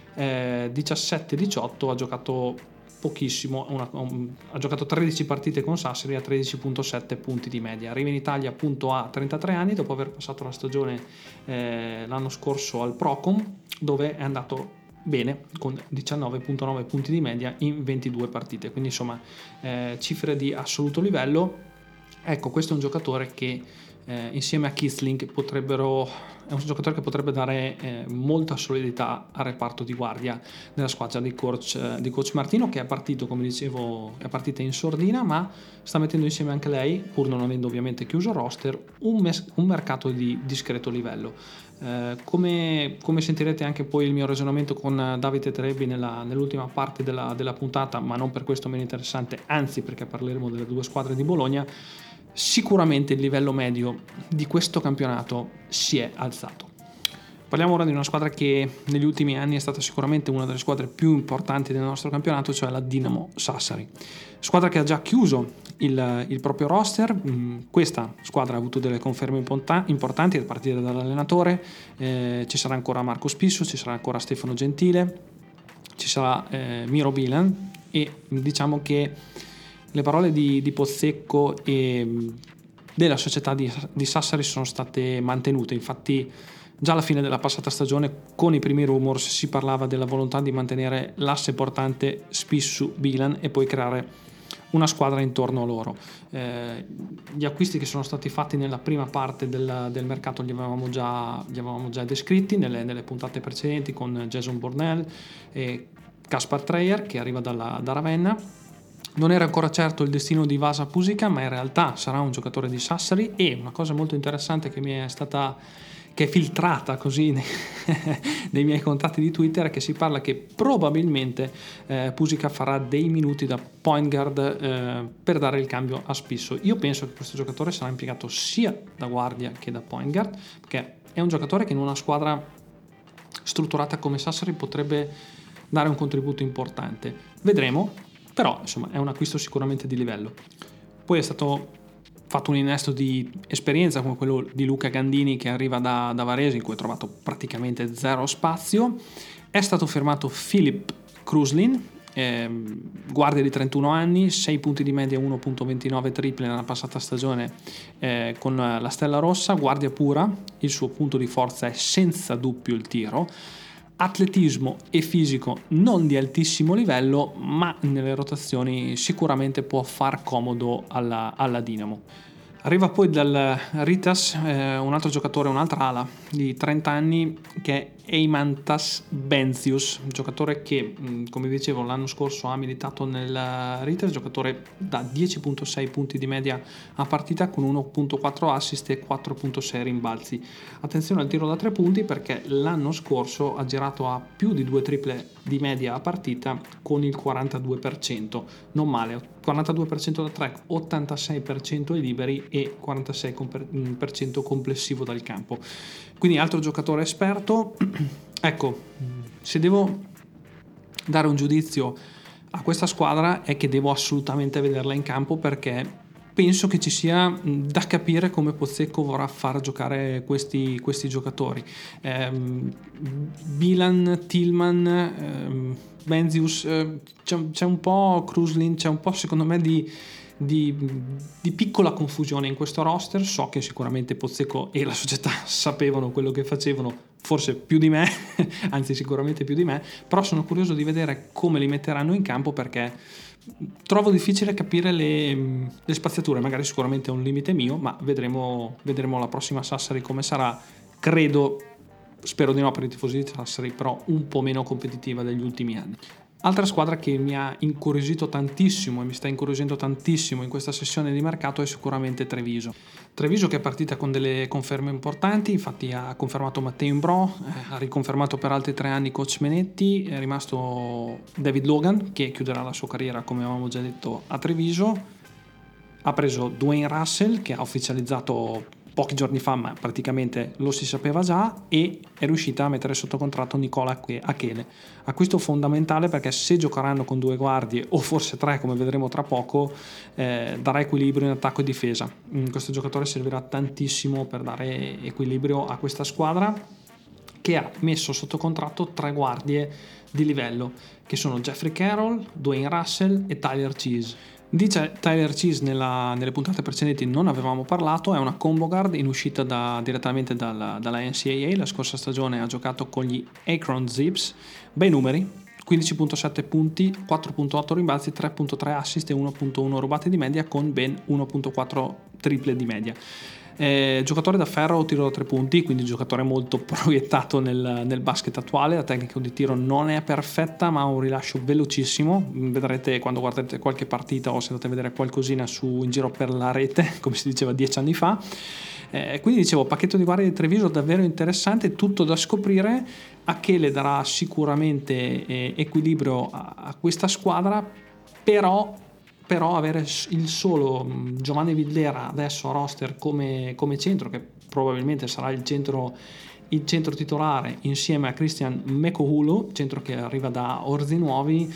17-18 ha giocato pochissimo, ha giocato 13 partite con Sassari a 13.7 punti di media. Arriva in Italia appunto a 33 anni dopo aver passato la stagione l'anno scorso al Procom, dove è andato bene con 19.9 punti di media in 22 partite, quindi insomma cifre di assoluto livello. Ecco, questo è un giocatore che insieme a Kitzling è un giocatore che potrebbe dare molta solidità al reparto di guardia della squadra di coach Martino, che è partito, come dicevo, è partita in sordina, ma sta mettendo insieme anche lei, pur non avendo ovviamente chiuso il roster, un mercato di discreto livello. Come sentirete anche poi il mio ragionamento con Davide Trebbi nell'ultima parte della puntata, ma non per questo meno interessante, anzi perché parleremo delle 2 squadre di Bologna, sicuramente il livello medio di questo campionato si è alzato. Parliamo ora di una squadra che negli ultimi anni è stata sicuramente una delle squadre più importanti del nostro campionato, cioè la Dinamo Sassari. Squadra che ha già chiuso il proprio roster. Questa squadra ha avuto delle conferme importanti a partire dall'allenatore. Ci sarà ancora Marco Spisso, ci sarà ancora Stefano Gentile, ci sarà Miro Bilan, e diciamo che le parole di Pozzecco e della società di Sassari sono state mantenute. Infatti già alla fine della passata stagione, con i primi rumors, si parlava della volontà di mantenere l'asse portante Spissu-Bilan e poi creare una squadra intorno a loro. Gli acquisti che sono stati fatti nella prima parte del mercato li avevamo già descritti nelle puntate precedenti, con Jason Bornell e Kaspar Treyer, che arriva da Ravenna. Non era ancora certo il destino di Vasa Pusica, ma in realtà sarà un giocatore di Sassari. E una cosa molto interessante che è filtrata così nei miei contatti di Twitter è che si parla che probabilmente Pusica farà dei minuti da point guard per dare il cambio a Spisso. Io penso che questo giocatore sarà impiegato sia da guardia che da point guard, perché è un giocatore che in una squadra strutturata come Sassari potrebbe dare un contributo importante. Vedremo. Però insomma è un acquisto sicuramente di livello. Poi è stato fatto un innesto di esperienza come quello di Luca Gandini, che arriva da Varese, in cui ha trovato praticamente zero spazio. È stato firmato Filip Kruslin, guardia di 31 anni, 6 punti di media, 1.29 triple nella passata stagione con la Stella Rossa, guardia pura. Il suo punto di forza è senza dubbio il tiro. Atletismo e fisico non di altissimo livello, ma nelle rotazioni sicuramente può far comodo alla Dinamo. Arriva poi dal Ritas un altro giocatore, un'altra ala di 30 anni, che è Eimantas Benzius, giocatore che, come dicevo, l'anno scorso ha militato nel Ritter, giocatore da 10.6 punti di media a partita con 1.4 assist e 4.6 rimbalzi. Attenzione al tiro da 3 punti, perché l'anno scorso ha girato a più di 2 triple di media a partita con il 42%, non male, 42% da 3, 86% ai liberi e 46% complessivo dal campo. Quindi altro giocatore esperto. Ecco, se devo dare un giudizio a questa squadra è che devo assolutamente vederla in campo, perché penso che ci sia da capire come Pozzecco vorrà far giocare questi giocatori. Bilan, Tillman, Benzius, c'è un po' Kruslin, c'è un po' secondo me di piccola confusione in questo roster. So che sicuramente Pozzecco e la società sapevano quello che facevano, forse più di me, anzi sicuramente più di me, però sono curioso di vedere come li metteranno in campo, perché trovo difficile capire le spaziature. Magari sicuramente è un limite mio, ma vedremo la prossima Sassari come sarà. Spero di no per i tifosi di Sassari, però un po' meno competitiva degli ultimi anni. Altra squadra che mi ha incuriosito tantissimo e mi sta incuriosendo tantissimo in questa sessione di mercato è sicuramente Treviso. Treviso che è partita con delle conferme importanti, infatti ha confermato Matteo Imbrò, ha riconfermato per altri 3 anni coach Menetti, è rimasto David Logan che chiuderà la sua carriera, come avevamo già detto, a Treviso. Ha preso Dwayne Russell, che ha ufficializzato pochi giorni fa, ma praticamente lo si sapeva già, e è riuscita a mettere sotto contratto Nicola Achele. Acquisto fondamentale, perché se giocheranno con 2 guardie o forse 3, come vedremo tra poco, darà equilibrio in attacco e difesa. Questo giocatore servirà tantissimo per dare equilibrio a questa squadra, che ha messo sotto contratto 3 guardie di livello, che sono Jeffrey Carroll, Dwayne Russell e Tyler Cheese. Di Tyler Cheese nelle puntate precedenti non avevamo parlato. È una combo guard in uscita direttamente dalla NCAA. La scorsa stagione ha giocato con gli Akron Zips, bei numeri, 15.7 punti, 4.8 rimbalzi, 3.3 assist e 1.1 rubate di media, con ben 1.4 triple di media. Giocatore da ferro, tiro da 3 punti, quindi giocatore molto proiettato nel basket attuale. La tecnica di tiro non è perfetta, ma ha un rilascio velocissimo. Vedrete quando guarderete qualche partita o se andate a vedere qualcosina in giro per la rete, come si diceva 10 anni fa. Quindi dicevo, pacchetto di guardie di Treviso davvero interessante, tutto da scoprire. Achele darà sicuramente equilibrio a questa squadra, però avere il solo Giovanni Villera adesso a roster come centro, che probabilmente sarà il centro titolare, insieme a Christian Mekohulu, centro che arriva da Orzi Nuovi,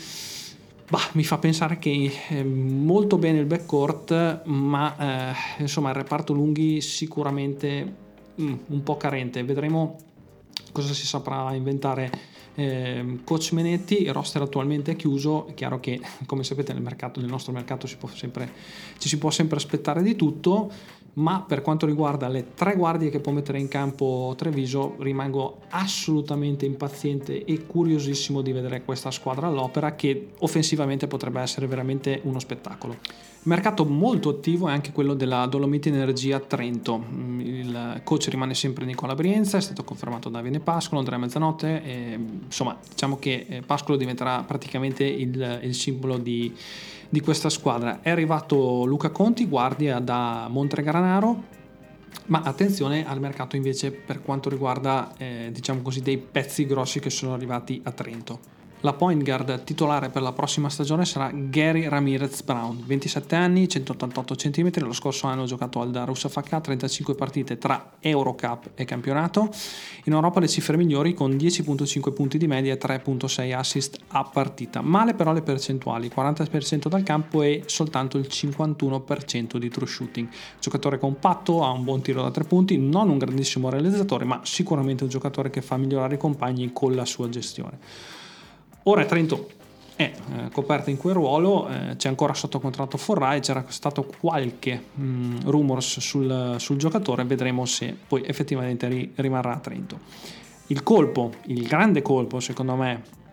mi fa pensare che molto bene il backcourt, ma insomma il reparto lunghi sicuramente un po' carente. Vedremo cosa si saprà inventare coach Menetti. Il roster attualmente è chiuso. È chiaro che, come sapete, nel nostro mercato ci si può sempre aspettare di tutto, ma per quanto riguarda le 3 guardie che può mettere in campo Treviso, rimango assolutamente impaziente e curiosissimo di vedere questa squadra all'opera, che offensivamente potrebbe essere veramente uno spettacolo. Mercato molto attivo è anche quello della Dolomiti Energia Trento. Il coach rimane sempre Nicola Brienza, è stato confermato Davide Pascolo, Andrea Mezzanotte, insomma diciamo che Pascolo diventerà praticamente il simbolo di questa squadra. È arrivato Luca Conti, guardia da Montegranaro, ma attenzione al mercato invece per quanto riguarda diciamo così dei pezzi grossi che sono arrivati a Trento. La point guard titolare per la prossima stagione sarà Gary Ramirez Brown, 27 anni, 188 cm. Lo scorso anno ha giocato al Darusafaka, 35 partite tra Eurocup e campionato. In Europa le cifre migliori, con 10.5 punti di media e 3.6 assist a partita. Male però le percentuali, 40% dal campo e soltanto il 51% di true shooting. Giocatore compatto, ha un buon tiro da 3 punti, non un grandissimo realizzatore, ma sicuramente un giocatore che fa migliorare i compagni con la sua gestione. Ora Trento è coperta in quel ruolo, c'è ancora sotto contratto Forrai, c'era stato qualche rumors sul giocatore, vedremo se poi effettivamente rimarrà a Trento. Il grande colpo secondo me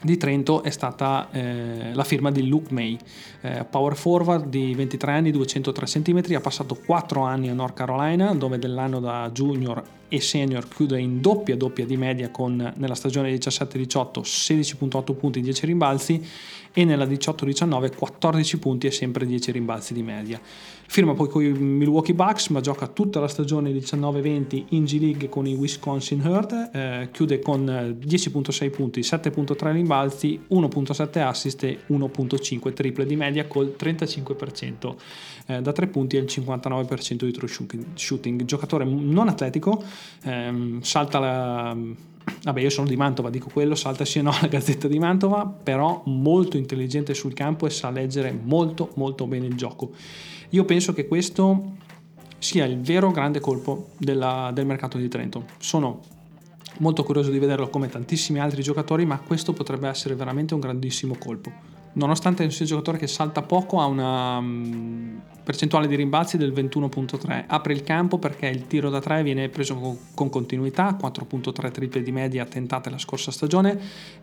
di Trento è stata la firma di Luke May, power forward di 23 anni, 203 cm, ha passato 4 anni a North Carolina, dove dell'anno da junior e senior chiude in doppia di media con nella stagione 17-18 16.8 punti, 10 rimbalzi, e nella 18-19 14 punti e sempre 10 rimbalzi di media. Firma poi con i Milwaukee Bucks, ma gioca tutta la stagione 19-20 in G League con i Wisconsin Herd, chiude con 10.6 punti, 7.3 rimbalzi, 1.7 assist e 1.5 triple di media, col 35% da 3 punti e il 59% di true shooting. Giocatore non atletico, salta la... Vabbè, io sono di Mantova, dico quello, salta sì o no la Gazzetta di Mantova, però molto intelligente sul campo e sa leggere molto bene il gioco. Io penso che questo sia il vero grande colpo del mercato di Trento. Sono molto curioso di vederlo come tantissimi altri giocatori, ma questo potrebbe essere veramente un grandissimo colpo. Nonostante sia un giocatore che salta poco, ha una percentuale di rimbalzi del 21.3, apre il campo perché il tiro da 3 viene preso con continuità, 4.3 triple di media tentate la scorsa stagione,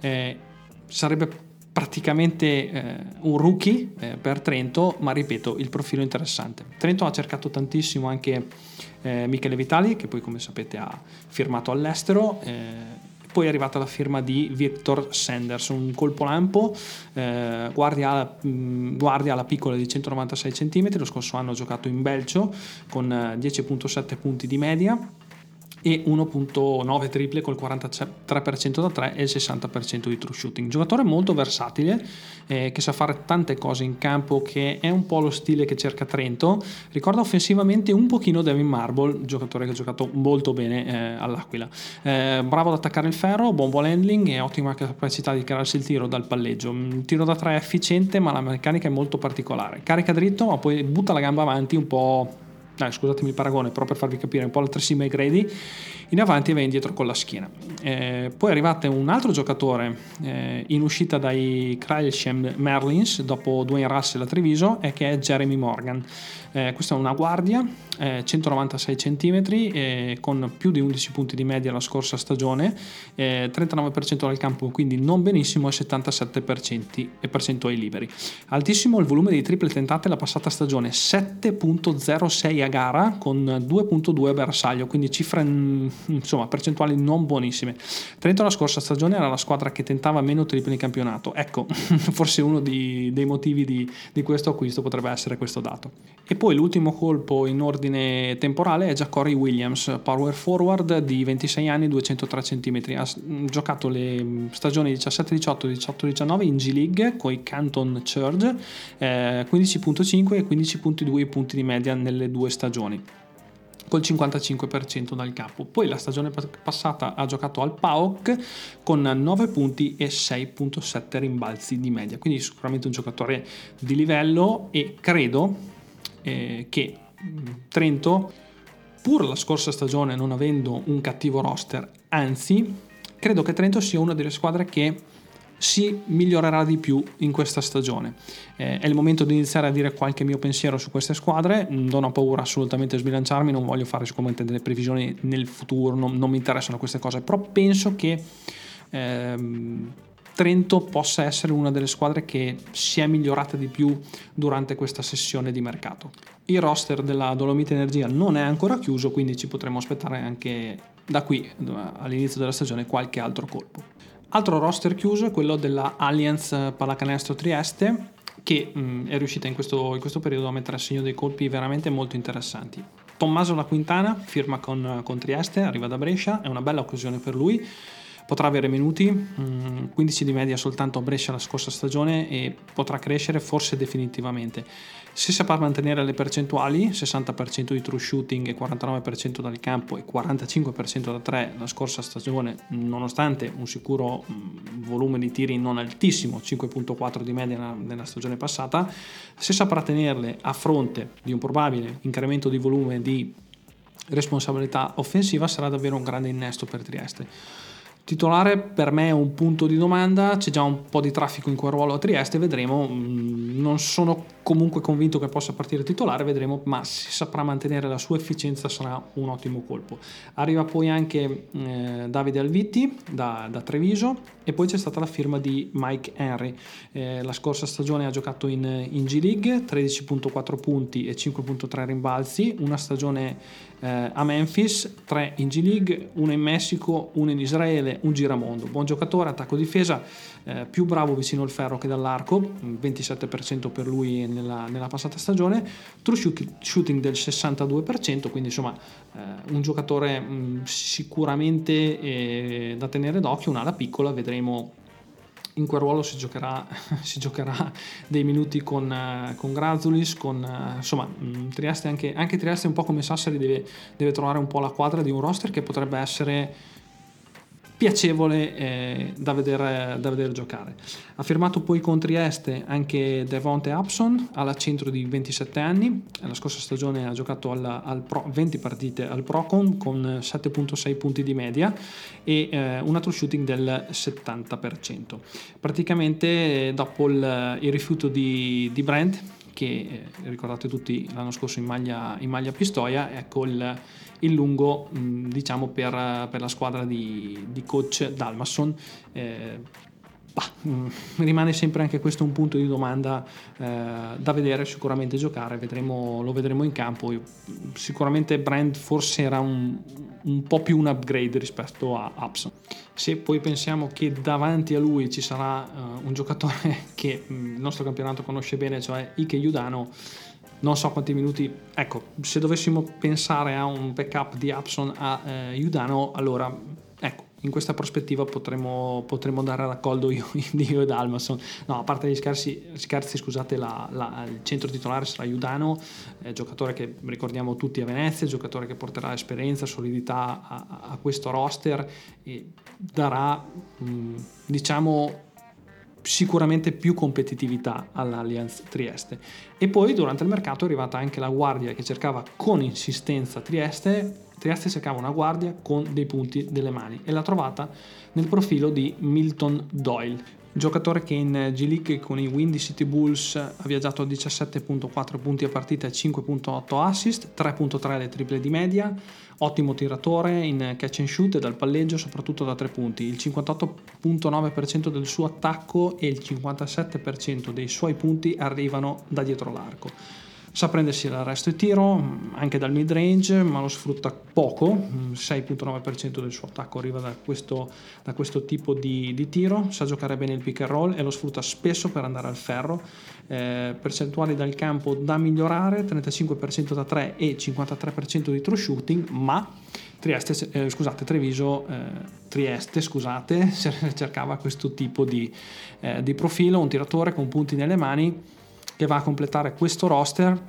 sarebbe praticamente un rookie per Trento, ma ripeto, il profilo interessante. Trento ha cercato tantissimo anche Michele Vitali, che poi come sapete ha firmato all'estero, poi è arrivata la firma di Victor Sanders, un colpo lampo, guardia alla piccola di 196 cm, lo scorso anno ha giocato in Belgio con 10.7 punti di media e 1.9 triple col 43% da 3 e il 60% di true shooting. Giocatore molto versatile, che sa fare tante cose in campo, che è un po' lo stile che cerca Trento. Ricorda offensivamente un pochino Devin Marble, giocatore che ha giocato molto bene all'Aquila. Bravo ad attaccare il ferro, buon ball handling e ottima capacità di crearsi il tiro dal palleggio. Un tiro da 3 efficiente, ma la meccanica è molto particolare. Carica dritto, ma poi butta la gamba avanti un po'... scusatemi il paragone, però per farvi capire un po' la Tracy McGrady, in avanti e va indietro con la schiena. Poi arrivate un altro giocatore in uscita dai Crailsham Merlins dopo Dwayne Russell a Treviso, che è Jeremy Morgan. Questa è una guardia, 196 cm, con più di 11 punti di media la scorsa stagione, 39% dal campo, quindi non benissimo, e 77% ai liberi. Altissimo il volume di triple tentate la passata stagione, 7.06 a gara con 2.2 a bersaglio, quindi cifre, insomma, percentuali non buonissime. Trento la scorsa stagione era la squadra che tentava meno triple in campionato. Ecco, forse uno dei motivi di questo acquisto potrebbe essere questo dato. E poi l'ultimo colpo in ordine temporale è Ja'Cory Williams, power forward di 26 anni, 203 cm. Ha giocato le stagioni 17-18 e 18-19 in G League con i Canton Charge, 15.5 e 15.2 punti di media nelle due stagioni, col 55% dal campo. Poi la stagione passata ha giocato al PAOK con 9 punti e 6.7 rimbalzi di media, quindi sicuramente un giocatore di livello, e credo che Trento, pur la scorsa stagione non avendo un cattivo roster, anzi credo che Trento sia una delle squadre che si migliorerà di più in questa stagione. È il momento di iniziare a dire qualche mio pensiero su queste squadre. Non ho paura assolutamente di sbilanciarmi, non voglio fare sicuramente delle previsioni nel futuro, non mi interessano queste cose, però penso che Trento possa essere una delle squadre che si è migliorata di più durante questa sessione di mercato. Il roster della Dolomite Energia non è ancora chiuso, quindi ci potremo aspettare anche da qui all'inizio della stagione qualche altro colpo. Altro roster chiuso è quello della Allianz Pallacanestro Trieste, che è riuscita in questo periodo a mettere a segno dei colpi veramente molto interessanti. Tommaso La Quintana firma con Trieste, arriva da Brescia, è una bella occasione per lui. Potrà avere minuti, 15 di media soltanto a Brescia la scorsa stagione, e potrà crescere forse definitivamente. Se saprà mantenere le percentuali, 60% di true shooting e 49% dal campo e 45% da 3 la scorsa stagione, nonostante un sicuro volume di tiri non altissimo, 5.4 di media nella stagione passata, se saprà tenerle a fronte di un probabile incremento di volume di responsabilità offensiva, sarà davvero un grande innesto per Trieste. Titolare per me è un punto di domanda, c'è già un po' di traffico in quel ruolo a Trieste, vedremo. Non sono comunque convinto che possa partire titolare, vedremo, ma se saprà mantenere la sua efficienza sarà un ottimo colpo. Arriva poi anche Davide Alvitti da Treviso, e poi c'è stata la firma di Mike Henry. La scorsa stagione ha giocato in G League, 13.4 punti e 5.3 rimbalzi, una stagione a Memphis, 3 in G League, 1 in Messico, 1 in Israele, un giramondo. Buon giocatore, attacco difesa, più bravo vicino al ferro che dall'arco, 27% per lui nella passata stagione, true shooting del 62%, quindi insomma un giocatore sicuramente da tenere d'occhio, un'ala piccola, vedremo in quel ruolo si giocherà dei minuti con Grazulis, insomma Trieste, anche Trieste un po' come Sassari deve trovare un po' la quadra di un roster che potrebbe essere piacevole da vedere giocare. Ha firmato poi con Trieste anche Devonte Upson al centro di 27 anni, la scorsa stagione ha giocato 20 partite al Procon con 7.6 punti di media e una true shooting del 70%. Praticamente dopo il rifiuto di Brent, che ricordate tutti l'anno scorso in maglia Pistoia, ecco il lungo diciamo per la squadra di coach Dalmasson. Rimane sempre anche questo un punto di domanda da vedere, sicuramente giocare, lo vedremo in campo. Sicuramente Brand forse era un po' più un upgrade rispetto a Upson. Se poi pensiamo che davanti a lui ci sarà un giocatore che il nostro campionato conosce bene, cioè Ike Udano, non so quanti minuti, ecco, se dovessimo pensare a un backup di Upson a Udano, allora ecco, in questa prospettiva potremmo dare raccolto io e Dalmasson. No, a parte gli scherzi, scusate, il centro titolare sarà Udano, giocatore che ricordiamo tutti a Venezia, giocatore che porterà esperienza, solidità a questo roster e darà diciamo sicuramente più competitività all'Allianz Trieste. E poi durante il mercato è arrivata anche la guardia che cercava con insistenza Trieste cercava una guardia con dei punti delle mani e l'ha trovata nel profilo di Milton Doyle, giocatore che in G League con i Windy City Bulls ha viaggiato a 17.4 punti a partita e 5.8 assist, 3.3 le triple di media, ottimo tiratore in catch and shoot e dal palleggio, soprattutto da 3 punti, il 58.9% del suo attacco e il 57% dei suoi punti arrivano da dietro l'arco. Sa prendersi l'arresto e tiro anche dal mid range, ma lo sfrutta poco, 6.9% del suo attacco arriva da questo tipo di tiro. Sa giocare bene il pick and roll e lo sfrutta spesso per andare al ferro. Percentuali dal campo da migliorare, 35% da 3 e 53% di true shooting, ma Trieste cercava questo tipo di profilo, un tiratore con punti nelle mani che va a completare questo roster.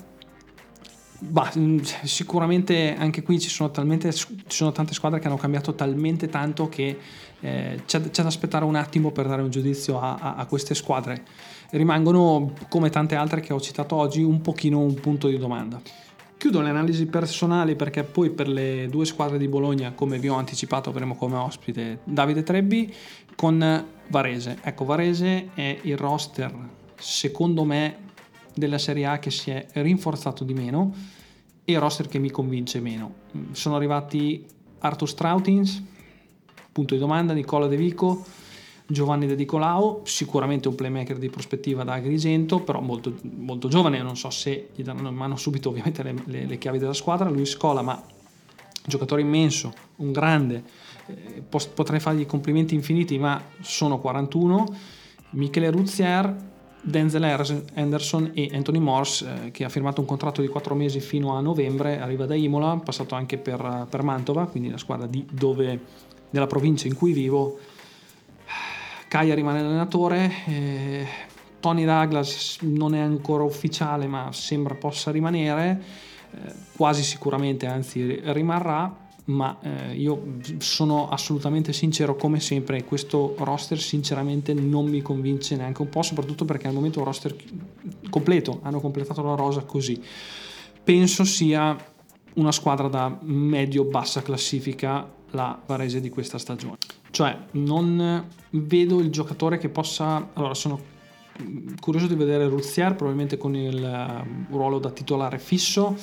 Sicuramente anche qui ci sono tante squadre che hanno cambiato talmente tanto che c'è da aspettare un attimo per dare un giudizio a queste squadre. Rimangono, come tante altre che ho citato oggi, un pochino un punto di domanda. Chiudo le analisi personali perché poi per le due squadre di Bologna, come vi ho anticipato, avremo come ospite Davide Trebbi con Varese. Ecco, Varese è il roster, secondo me, della Serie A che si è rinforzato di meno e il roster che mi convince meno. Sono arrivati Arthur Strautins, punto di domanda, Nicola De Vico, Giovanni De Nicolao, sicuramente un playmaker di prospettiva da Agrigento, però molto, molto giovane, non so se gli daranno in mano subito ovviamente le chiavi della squadra. Luis Scola, ma giocatore immenso, un grande, potrei fargli complimenti infiniti, ma sono 41. Michele Ruzier, Denzel Henderson e Anthony Morse, che ha firmato un contratto di 4 mesi fino a novembre, arriva da Imola, passato anche per Mantova, quindi la squadra della provincia in cui vivo. Caia rimane allenatore, Tony Douglas non è ancora ufficiale ma sembra possa rimanere, quasi sicuramente anzi rimarrà, ma io sono assolutamente sincero, come sempre questo roster sinceramente non mi convince neanche un po', soprattutto perché al momento è un roster completo, hanno completato la rosa così. Penso sia una squadra da medio-bassa classifica la Varese di questa stagione, cioè non vedo il giocatore che possa, allora sono curioso di vedere Ruzier probabilmente con il ruolo da titolare fisso.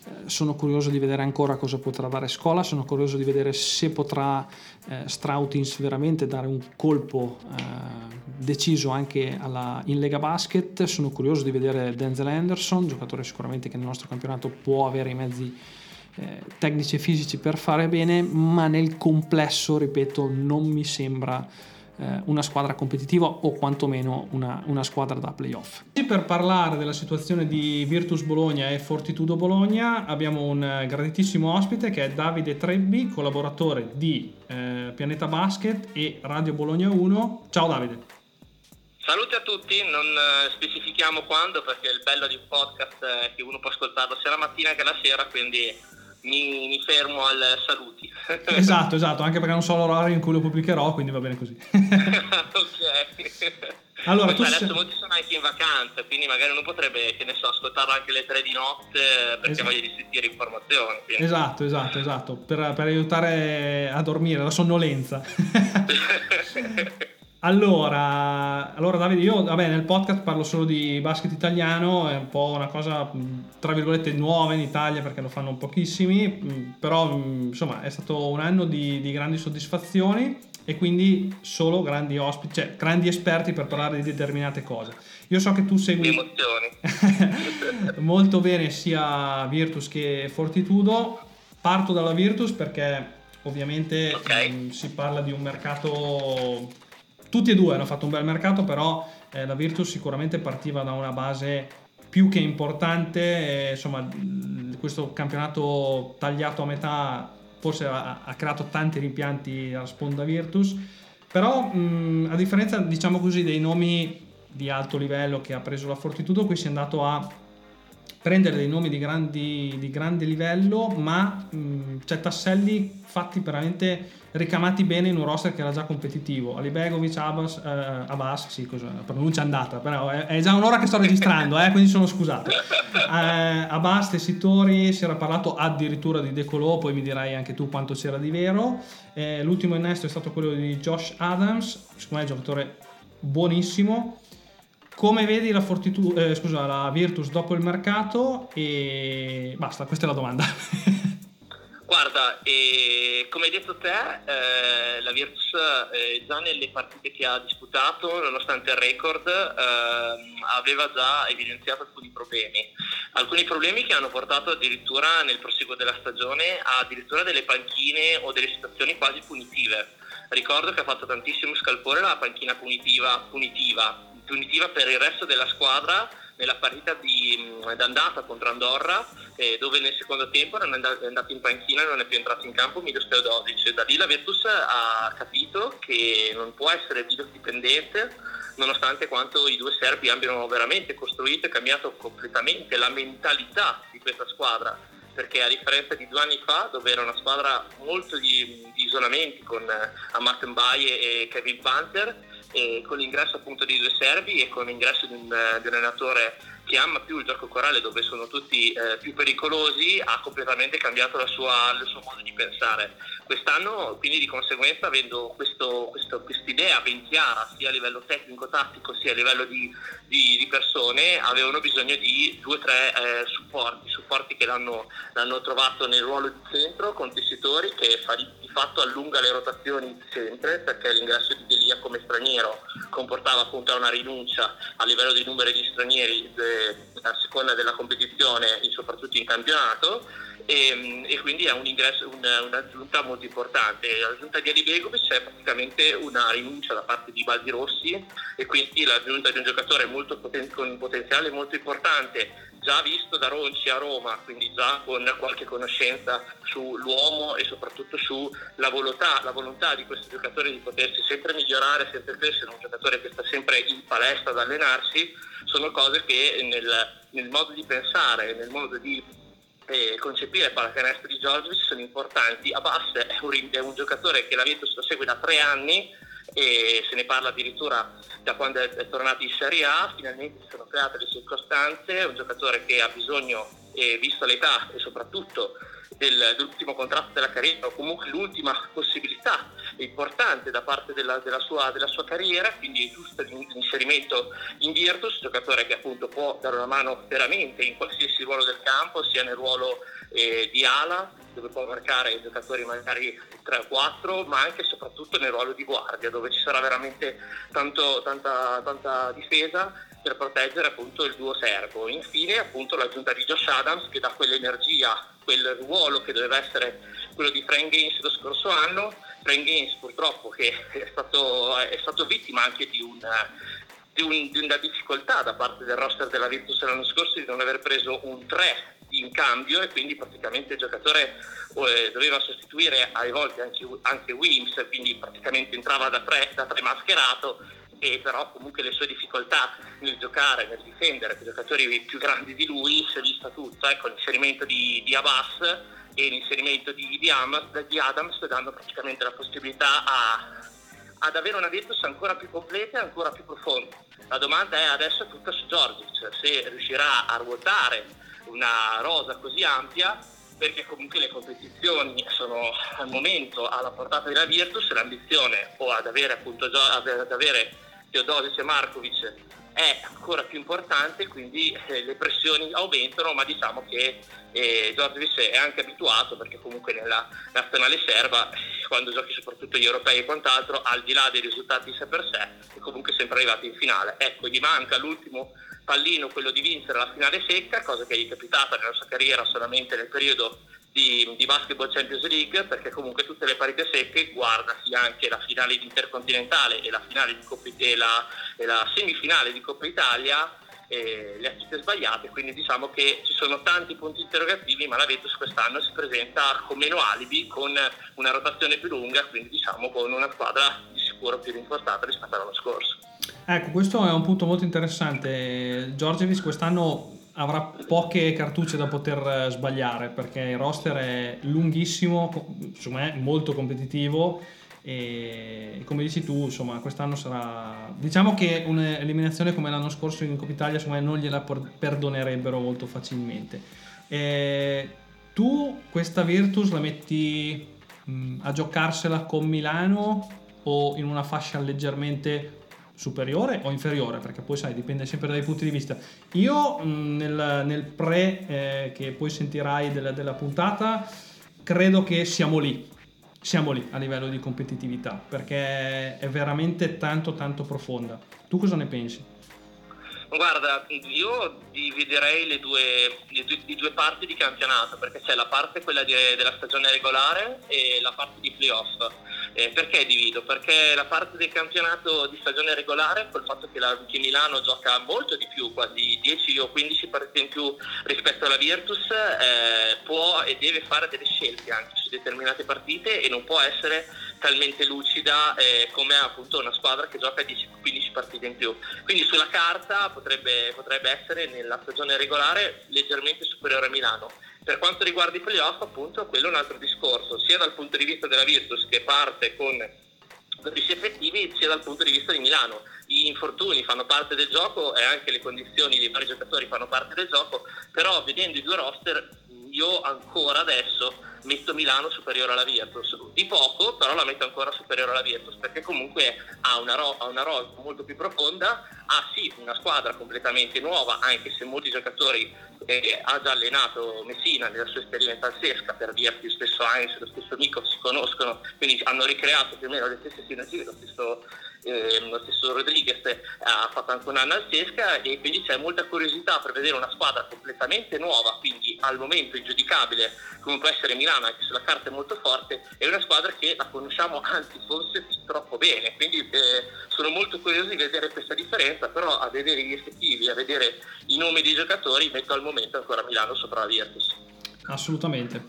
sono curioso di vedere ancora cosa potrà dare Scola, sono curioso di vedere se potrà Strautins veramente dare un colpo deciso anche in Lega Basket. Sono curioso di vedere Denzel Henderson, giocatore sicuramente che nel nostro campionato può avere i mezzi tecnici e fisici per fare bene, ma nel complesso, ripeto, non mi sembra una squadra competitiva o quantomeno una squadra da playoff. Per parlare della situazione di Virtus Bologna e Fortitudo Bologna abbiamo un graditissimo ospite che è Davide Trebbi, collaboratore di Pianeta Basket e Radio Bologna 1. Ciao Davide. Saluti a tutti, non specifichiamo quando, perché il bello di un podcast è che uno può ascoltarlo sia la mattina che la sera, quindi mi fermo al saluti. Esatto, anche perché non so l'orario in cui lo pubblicherò, quindi va bene così. Ok. Allora, adesso molti sono anche in vacanza, quindi magari uno potrebbe, che ne so, ascoltarlo anche alle 3 di notte perché voglia di sentire informazioni. Quindi. Esatto, per aiutare a dormire, la sonnolenza. Allora Davide, io nel podcast parlo solo di basket italiano, è un po' una cosa tra virgolette nuova in Italia perché lo fanno pochissimi, però insomma è stato un anno di grandi soddisfazioni e quindi solo grandi ospiti, cioè grandi esperti per parlare di determinate cose. Io so che tu segui molto bene sia Virtus che Fortitudo. Parto dalla Virtus perché ovviamente si parla di un mercato. Tutti e due hanno fatto un bel mercato, però la Virtus sicuramente partiva da una base più che importante. Insomma, questo campionato tagliato a metà forse ha creato tanti rimpianti alla sponda Virtus, però a differenza, diciamo così, dei nomi di alto livello che ha preso la Fortitudo, qui si è andato a prendere dei nomi di grande livello, ma c'è tasselli fatti veramente ricamati bene in un roster che era già competitivo. Alibegovic, Abbas, sì, cosa, pronuncia andata, però è già un'ora che sto registrando, quindi sono scusato. Abbas, Tessitori, si era parlato addirittura di De Colò, poi mi dirai anche tu quanto c'era di vero. L'ultimo innesto è stato quello di Josh Adams, secondo me è un giocatore buonissimo. Come vedi la Virtus dopo il mercato? E basta, questa è la domanda. Guarda, come hai detto te, la Virtus già nelle partite che ha disputato, nonostante il record, aveva già evidenziato alcuni problemi che hanno portato addirittura nel proseguo della stagione a addirittura delle panchine o delle situazioni quasi punitive. Ricordo che ha fatto tantissimo scalpore la panchina punitiva per il resto della squadra nella partita d'andata contro Andorra, dove nel secondo tempo non è andato in panchina e non è più entrato in campo Milos Teodosic. Da lì la Virtus ha capito che non può essere Milos dipendente, nonostante quanto i due serbi abbiano veramente costruito e cambiato completamente la mentalità di questa squadra, perché a differenza di 2 anni fa, dove era una squadra molto di isolamenti con Amat Mbaye e Kevin Panther, e con l'ingresso appunto di 2 serbi e con l'ingresso di un allenatore che ama più il gioco corale, dove sono tutti più pericolosi, ha completamente cambiato il suo modo di pensare. Quest'anno, quindi, di conseguenza, avendo quest'idea ben chiara sia a livello tecnico-tattico sia a livello di persone, avevano bisogno di 2 o 3 supporti che l'hanno trovato nel ruolo di centro con Tessitori, che di fatto allunga le rotazioni sempre, perché l'ingresso di Delia come straniero comportava appunto una rinuncia a livello di numero di stranieri a seconda della competizione, soprattutto in campionato, e quindi è un'aggiunta molto importante. L'aggiunta di Alibegovic è praticamente una rinuncia da parte di Baldi Rossi, e quindi l'aggiunta di un giocatore con un potenziale molto importante, già visto da Ronci a Roma, quindi già con qualche conoscenza sull'uomo e soprattutto sulla volontà di questo giocatore di potersi sempre migliorare, sempre più essere un giocatore che sta sempre in palestra ad allenarsi. Sono cose che nel modo di pensare, nel modo di concepire il pallacanestro di Djordjevic sono importanti. Abbas è un giocatore che la Virtus lo segue da 3 anni e se ne parla addirittura da quando è tornato in Serie A. Finalmente si sono create le circostanze, è un giocatore che ha bisogno e vista l'età e soprattutto dell'ultimo contratto della carriera, o comunque l'ultima possibilità importante da parte della sua carriera, quindi è giusto l'inserimento in Virtus, giocatore che appunto può dare una mano veramente in qualsiasi ruolo del campo, sia nel ruolo di ala, dove può marcare giocatori magari 3 o 4, ma anche e soprattutto nel ruolo di guardia, dove ci sarà veramente tanta difesa per proteggere appunto il duo serbo. Infine appunto l'aggiunta di Josh Adams, che dà quell'energia, quel ruolo che doveva essere quello di Frank Gaines lo scorso anno. Frank Gaines purtroppo che è stato vittima anche di una difficoltà da parte del roster della Virtus l'anno scorso di non aver preso un 3 in cambio, e quindi praticamente il giocatore doveva sostituire alle volte anche Wims, quindi praticamente entrava da tre mascherato, e però comunque le sue difficoltà nel giocare, nel difendere i giocatori più grandi di lui si è vista tutta, con l'inserimento di Abbas e l'inserimento di Adams danno praticamente la possibilità ad avere una Virtus ancora più completa e ancora più profonda. La domanda è adesso tutta su Djordjic, se riuscirà a ruotare una rosa così ampia, perché comunque le competizioni sono al momento alla portata della Virtus, l'ambizione o ad avere appunto Teodosic e Markovic è ancora più importante, quindi le pressioni aumentano, ma diciamo che Djordjic è anche abituato, perché comunque nella nazionale serba, quando giochi soprattutto gli europei e quant'altro, al di là dei risultati in sé per sé, è comunque sempre arrivato in finale. Ecco, gli manca l'ultimo pallino, quello di vincere la finale secca, cosa che gli è capitata nella sua carriera solamente nel periodo di Basketball Champions League, perché comunque tutte le partite secche, guardasi anche la finale di Intercontinentale e la finale di e la semifinale di Coppa Italia, le ha tutte sbagliate, quindi diciamo che ci sono tanti punti interrogativi, ma la Virtus quest'anno si presenta con meno alibi, con una rotazione più lunga, quindi diciamo con una squadra di sicuro più rinforzata rispetto all'anno scorso. Ecco, questo è un punto molto interessante. Djordjevic quest'anno avrà poche cartucce da poter sbagliare, perché il roster è lunghissimo, insomma è molto competitivo, e come dici tu, insomma, quest'anno sarà, diciamo che un'eliminazione come l'anno scorso in Coppa Italia, insomma, non gliela perdonerebbero molto facilmente. Tu questa Virtus la metti a giocarsela con Milano o in una fascia leggermente superiore o inferiore, perché poi sai, dipende sempre dai punti di vista. Io nel pre che poi sentirai della puntata, credo che siamo lì a livello di competitività, perché è veramente tanto profonda. Tu cosa ne pensi? Guarda, io dividerei le due parti di campionato, perché c'è la parte quella della stagione regolare e la parte di playoff. Perché divido? Perché la parte del campionato di stagione regolare, col fatto che Milano gioca molto di più, quasi 10 o 15 partite in più rispetto alla Virtus, può e deve fare delle scelte anche su determinate partite e non può essere talmente lucida come appunto una squadra che gioca 10-15 partite in più. Quindi sulla carta potrebbe essere nella stagione regolare leggermente superiore a Milano. Per quanto riguarda i playoff, appunto, quello è un altro discorso, sia dal punto di vista della Virtus, che parte con 12 effettivi, sia dal punto di vista di Milano. Gli infortuni fanno parte del gioco e anche le condizioni dei vari giocatori fanno parte del gioco, però vedendo i due roster io ancora adesso metto Milano superiore alla Virtus, di poco, però la metto ancora superiore alla Virtus, perché comunque ha una rosa molto più profonda, ha sì una squadra completamente nuova, anche se molti giocatori ha già allenato Messina nella sua esperienza al Sesca, per dirti, lo stesso Heinz, lo stesso Nico si conoscono, quindi hanno ricreato più o meno le stesse sinergie, lo stesso Rodriguez ha fatto anche un anno al Sesca, e quindi c'è molta curiosità per vedere una squadra completamente nuova, quindi al momento ingiudicabile come può essere Milano, anche se la carta è molto forte, è una squadra che la conosciamo anzi forse troppo bene, quindi sono molto curioso di vedere questa differenza, però a vedere gli effettivi, a vedere i nomi dei giocatori, metto al momento ancora Milano sopra la Virtus. Assolutamente.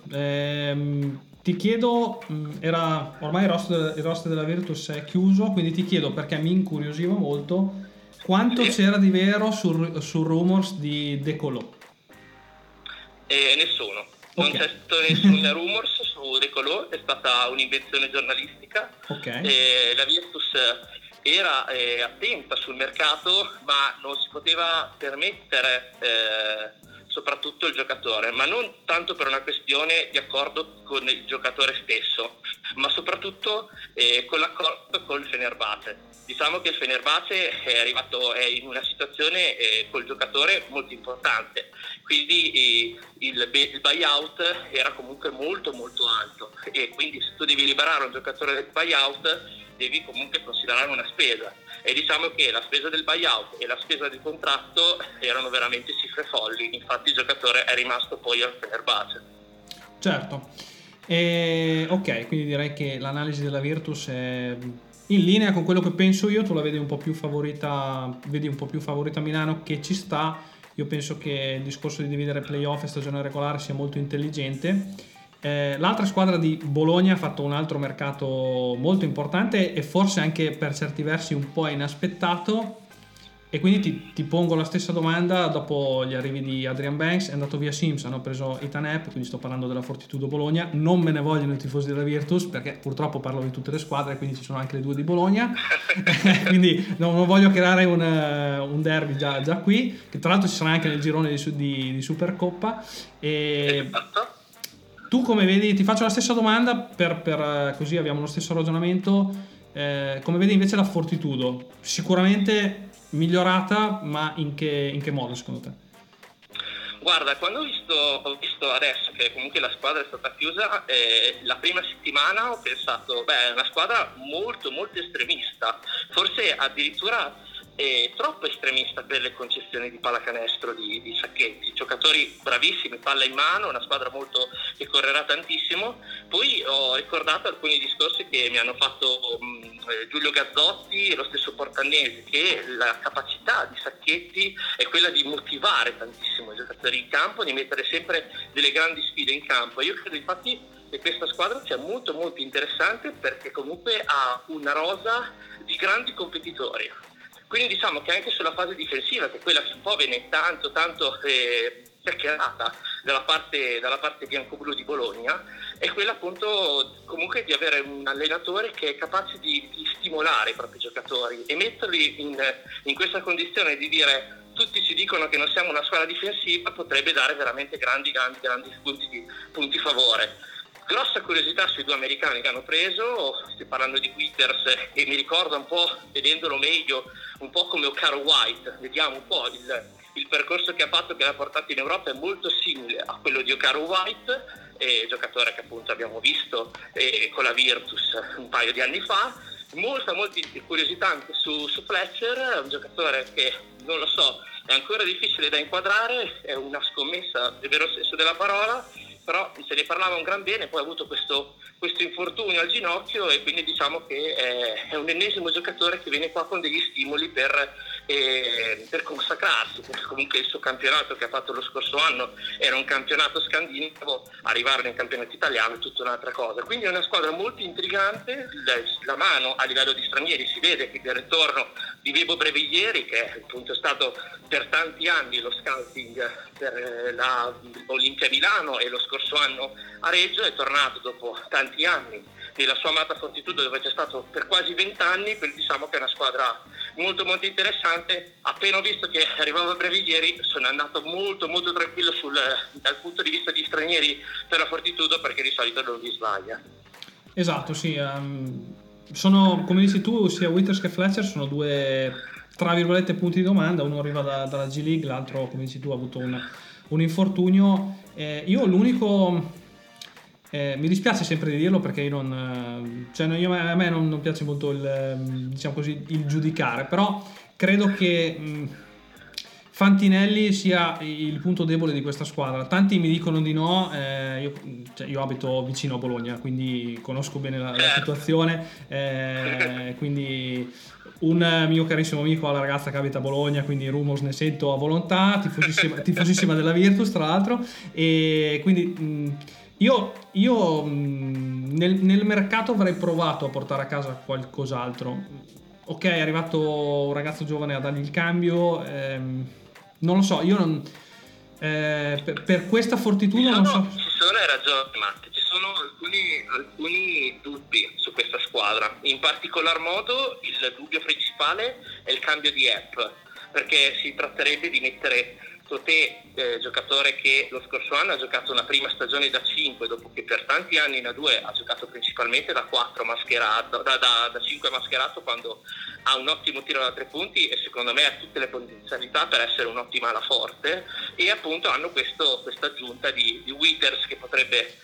Ti chiedo, ormai il roster della Virtus è chiuso, quindi ti chiedo, perché mi incuriosiva molto, quanto c'era di vero sul rumors di De Colo? Nessuno. Non c'è stato nessun rumors su De Colo, è stata un'invenzione giornalistica. La Virtus era attenta sul mercato, ma non si poteva permettere soprattutto il giocatore, ma non tanto per una questione di accordo con il giocatore stesso, ma soprattutto con l'accordo con il Fenerbahce. Diciamo che il Fenerbahce è in una situazione col giocatore molto importante, quindi il buyout era comunque molto molto alto, e quindi se tu devi liberare un giocatore del buyout devi comunque considerare una spesa, e diciamo che la spesa del buyout e la spesa del contratto erano veramente cifre folli, infatti il giocatore è rimasto poi al Fenerbahce. Certo, ok, quindi direi che l'analisi della Virtus è in linea con quello che penso io. Tu la vedi un po' più favorita, Milano, che ci sta. Io penso che il discorso di dividere playoff e stagione regolare sia molto intelligente. L'altra squadra di Bologna ha fatto un altro mercato molto importante e forse anche per certi versi un po' inaspettato, e quindi ti pongo la stessa domanda. Dopo gli arrivi di Adrian Banks è andato via Sims, hanno preso Ethan Happ, quindi sto parlando della Fortitudo Bologna. Non me ne vogliono i tifosi della Virtus, perché purtroppo parlo di tutte le squadre, quindi ci sono anche le due di Bologna quindi non voglio creare un derby già qui, che tra l'altro ci sarà anche nel girone di Supercoppa. E tu come vedi, ti faccio la stessa domanda per così abbiamo lo stesso ragionamento, come vedi invece la Fortitudo? Sicuramente migliorata, ma in che modo secondo te? Guarda, quando ho visto adesso che comunque la squadra è stata chiusa, la prima settimana ho pensato, è una squadra molto molto estremista, forse addirittura troppo estremista per le concezioni di pallacanestro di Sacchetti. Giocatori bravissimi, palla in mano, una squadra che correrà tantissimo. Poi ho ricordato alcuni discorsi che mi hanno fatto Giulio Gazzotti e lo stesso Portanesi, che la capacità di Sacchetti è quella di motivare tantissimo i giocatori in campo, di mettere sempre delle grandi sfide in campo. Io credo infatti che questa squadra sia molto molto interessante, perché comunque ha una rosa di grandi competitori. Quindi diciamo che anche sulla fase difensiva, che è quella che un po' viene tanto chiacchierata dalla parte bianco-blu di Bologna, è quella appunto comunque di avere un allenatore che è capace di stimolare i propri giocatori e metterli in questa condizione di dire: tutti ci dicono che non siamo una squadra difensiva, potrebbe dare veramente grandi punti favore. Grossa curiosità sui due americani che hanno preso, sto parlando di Withers, e mi ricorda un po', vedendolo meglio, un po' come Okaro White. Vediamo un po' il percorso che ha fatto, che l'ha portato in Europa, è molto simile a quello di Okaro White, giocatore che appunto abbiamo visto con la Virtus un paio di anni fa. Molta curiosità anche su Fletcher, un giocatore che, non lo so, è ancora difficile da inquadrare, è una scommessa nel vero senso della parola, però se ne parlava un gran bene. Poi ha avuto questo infortunio al ginocchio, e quindi diciamo che è un ennesimo giocatore che viene qua con degli stimoli per consacrarsi, perché comunque il suo campionato che ha fatto lo scorso anno era un campionato scandinavo, arrivare nel campionato italiano è tutta un'altra cosa. Quindi è una squadra molto intrigante. La mano a livello di stranieri si vede che il ritorno di Bebo Breviglieri, che appunto è stato per tanti anni lo scouting per la Olimpia Milano e lo scorso anno a Reggio, è tornato dopo tanti anni nella sua amata Fortitudo, dove c'è stato per quasi 20 anni, quindi diciamo che è una squadra molto molto interessante. Appena ho visto che arrivava Breviglieri sono andato molto molto tranquillo dal punto di vista di stranieri per la Fortitudo, perché di solito non li sbaglia. Esatto, sì, sono, come dici tu, sia Withers che Fletcher sono due, tra virgolette, punti di domanda. Uno arriva dalla G League, l'altro, come dici tu, ha avuto un infortunio. Io l'unico, mi dispiace sempre di dirlo, perché io a me non piace molto diciamo così, il giudicare, però credo che Fantinelli sia il punto debole di questa squadra. Tanti mi dicono di no, io abito vicino a Bologna, quindi conosco bene la situazione, quindi un mio carissimo amico ha la ragazza che abita a Bologna, quindi rumors ne sento a volontà, tifosissima della Virtus tra l'altro, e quindi io nel mercato avrei provato a portare a casa qualcos'altro. Ok, è arrivato un ragazzo giovane a dargli il cambio, non lo so, io non per questa Fortitudo non so. Ci sono, hai ragione Matt, ci sono alcuni dubbi su questa squadra. In particolar modo il dubbio principale è il cambio di app, perché si tratterebbe di mettere Totè, giocatore che lo scorso anno ha giocato una prima stagione da 5, dopo che per tanti anni in A2 ha giocato principalmente da 4 mascherato, da 5 mascherato, quando ha un ottimo tiro da 3 punti e secondo me ha tutte le potenzialità per essere un'ottima ala forte, e appunto hanno questa aggiunta di Withers che potrebbe...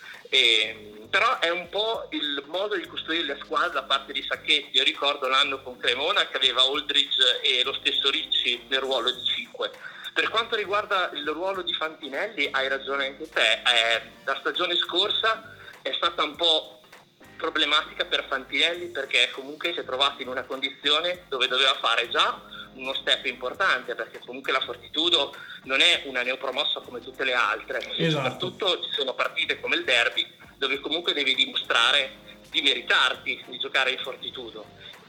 però è un po' il modo di costruire la squadra da parte di Sacchetti. Io ricordo l'anno con Cremona che aveva Aldridge e lo stesso Ricci nel ruolo di 5. Per quanto riguarda il ruolo di Fantinelli, hai ragione anche te, la stagione scorsa è stata un po' problematica per Fantinelli, perché comunque si è trovato in una condizione dove doveva fare già uno step importante, perché comunque la Fortitudo non è una neopromossa come tutte le altre, e soprattutto ci sono partite come il derby dove comunque devi dimostrare di meritarti di giocare in Fortitudo.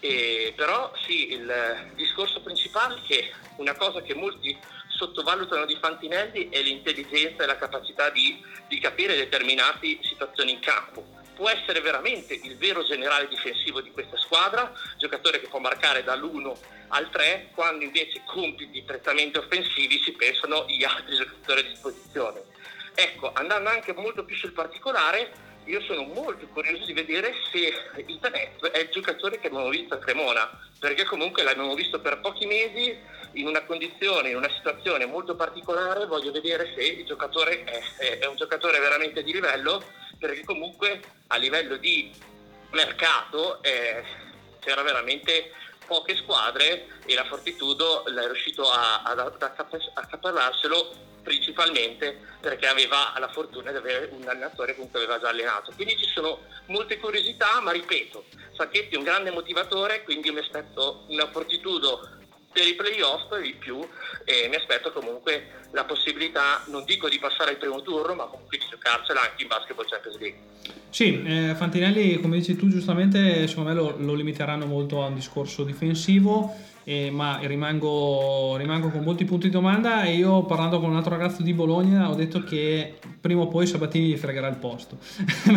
Però sì, il discorso principale è che una cosa che molti sottovalutano di Fantinelli è l'intelligenza e la capacità di capire determinate situazioni in campo. Può essere veramente il vero generale difensivo di questa squadra, giocatore che può marcare dall'1 al 3, quando invece compiti prettamente offensivi si pensano gli altri giocatori a disposizione. Ecco, andando anche molto più sul particolare, io sono molto curioso di vedere se Itanep è il giocatore che abbiamo visto a Cremona, perché comunque l'abbiamo visto per pochi mesi in una condizione, in una situazione molto particolare. Voglio vedere se il giocatore è un giocatore veramente di livello, perché comunque a livello di mercato c'era veramente poche squadre e la Fortitudo è riuscito ad accaparrarselo, principalmente perché aveva la fortuna di avere un allenatore con cui aveva già allenato. Quindi ci sono molte curiosità, ma ripeto, Sacchetti è un grande motivatore, quindi io mi aspetto una Fortitudo per i playoff e di più, e mi aspetto comunque la possibilità, non dico di passare il primo turno, ma comunque di giocarsela anche in Basketball Champions League. Sì, Fantinelli, come dici tu giustamente, secondo me lo limiteranno molto a un discorso difensivo, ma rimango con molti punti di domanda, e io, parlando con un altro ragazzo di Bologna, ho detto che prima o poi Sabatini gli fregherà il posto. me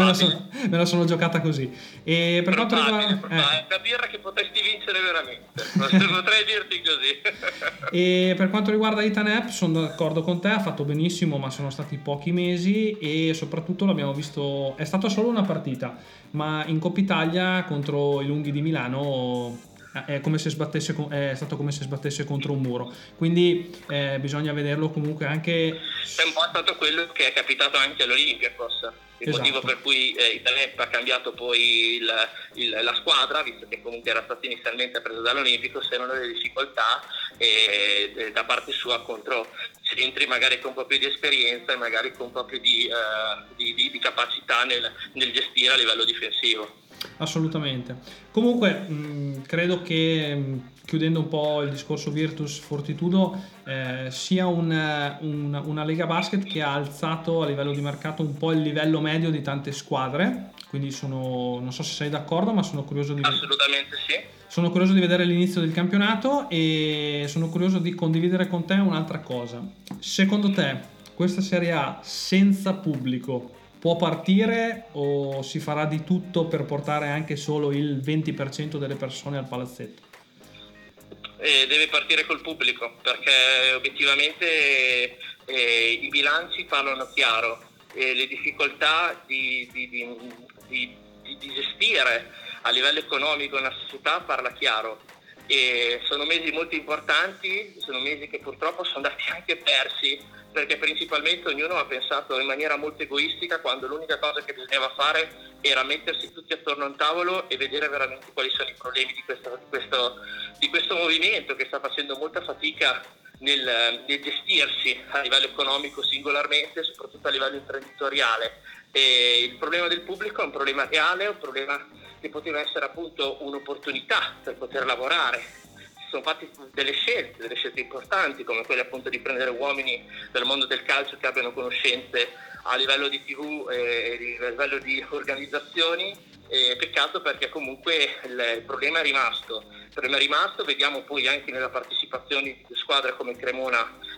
la sono giocata così. E per quanto riguarda... È una birra che potresti vincere veramente, potrei dirti così. E per quanto riguarda Itanep, sono d'accordo con te, ha fatto benissimo, ma sono stati pochi mesi, e soprattutto l'abbiamo visto, è stata solo una partita, ma in Coppa Italia contro i Lunghi di Milano è stato come se sbattesse contro un muro, quindi bisogna vederlo comunque anche. È un po' stato quello che è capitato anche all'Olympiakos, il motivo per cui Itanep ha cambiato poi la squadra, visto che comunque era stato inizialmente preso dall'Olympiakos, erano delle difficoltà da parte sua contro centri magari con un po' più di esperienza e magari con un po' più di capacità nel gestire a livello difensivo. Assolutamente. Comunque credo che, chiudendo un po' il discorso Virtus Fortitudo, sia una Lega Basket che ha alzato a livello di mercato un po' il livello medio di tante squadre, quindi non so se sei d'accordo, ma sono curioso di assolutamente sì. Sono curioso di vedere l'inizio del campionato, e sono curioso di condividere con te un'altra cosa. Secondo te questa Serie A senza pubblico può partire, o si farà di tutto per portare anche solo il 20% delle persone al palazzetto? Deve partire col pubblico, perché obiettivamente i bilanci parlano chiaro, le difficoltà di gestire a livello economico una società parla chiaro, e sono mesi molto importanti, sono mesi che purtroppo sono andati anche persi, perché principalmente ognuno ha pensato in maniera molto egoistica, quando l'unica cosa che bisognava fare era mettersi tutti attorno a un tavolo e vedere veramente quali sono i problemi di questo movimento, che sta facendo molta fatica nel gestirsi a livello economico singolarmente, soprattutto a livello imprenditoriale. E il problema del pubblico è un problema reale, è un problema che poteva essere appunto un'opportunità per poter lavorare. Sono fatti delle scelte importanti, come quelle appunto di prendere uomini del mondo del calcio che abbiano conoscenze a livello di TV e a livello di organizzazioni. Peccato, perché comunque il problema è rimasto. Vediamo poi anche nella partecipazione di squadre come Cremona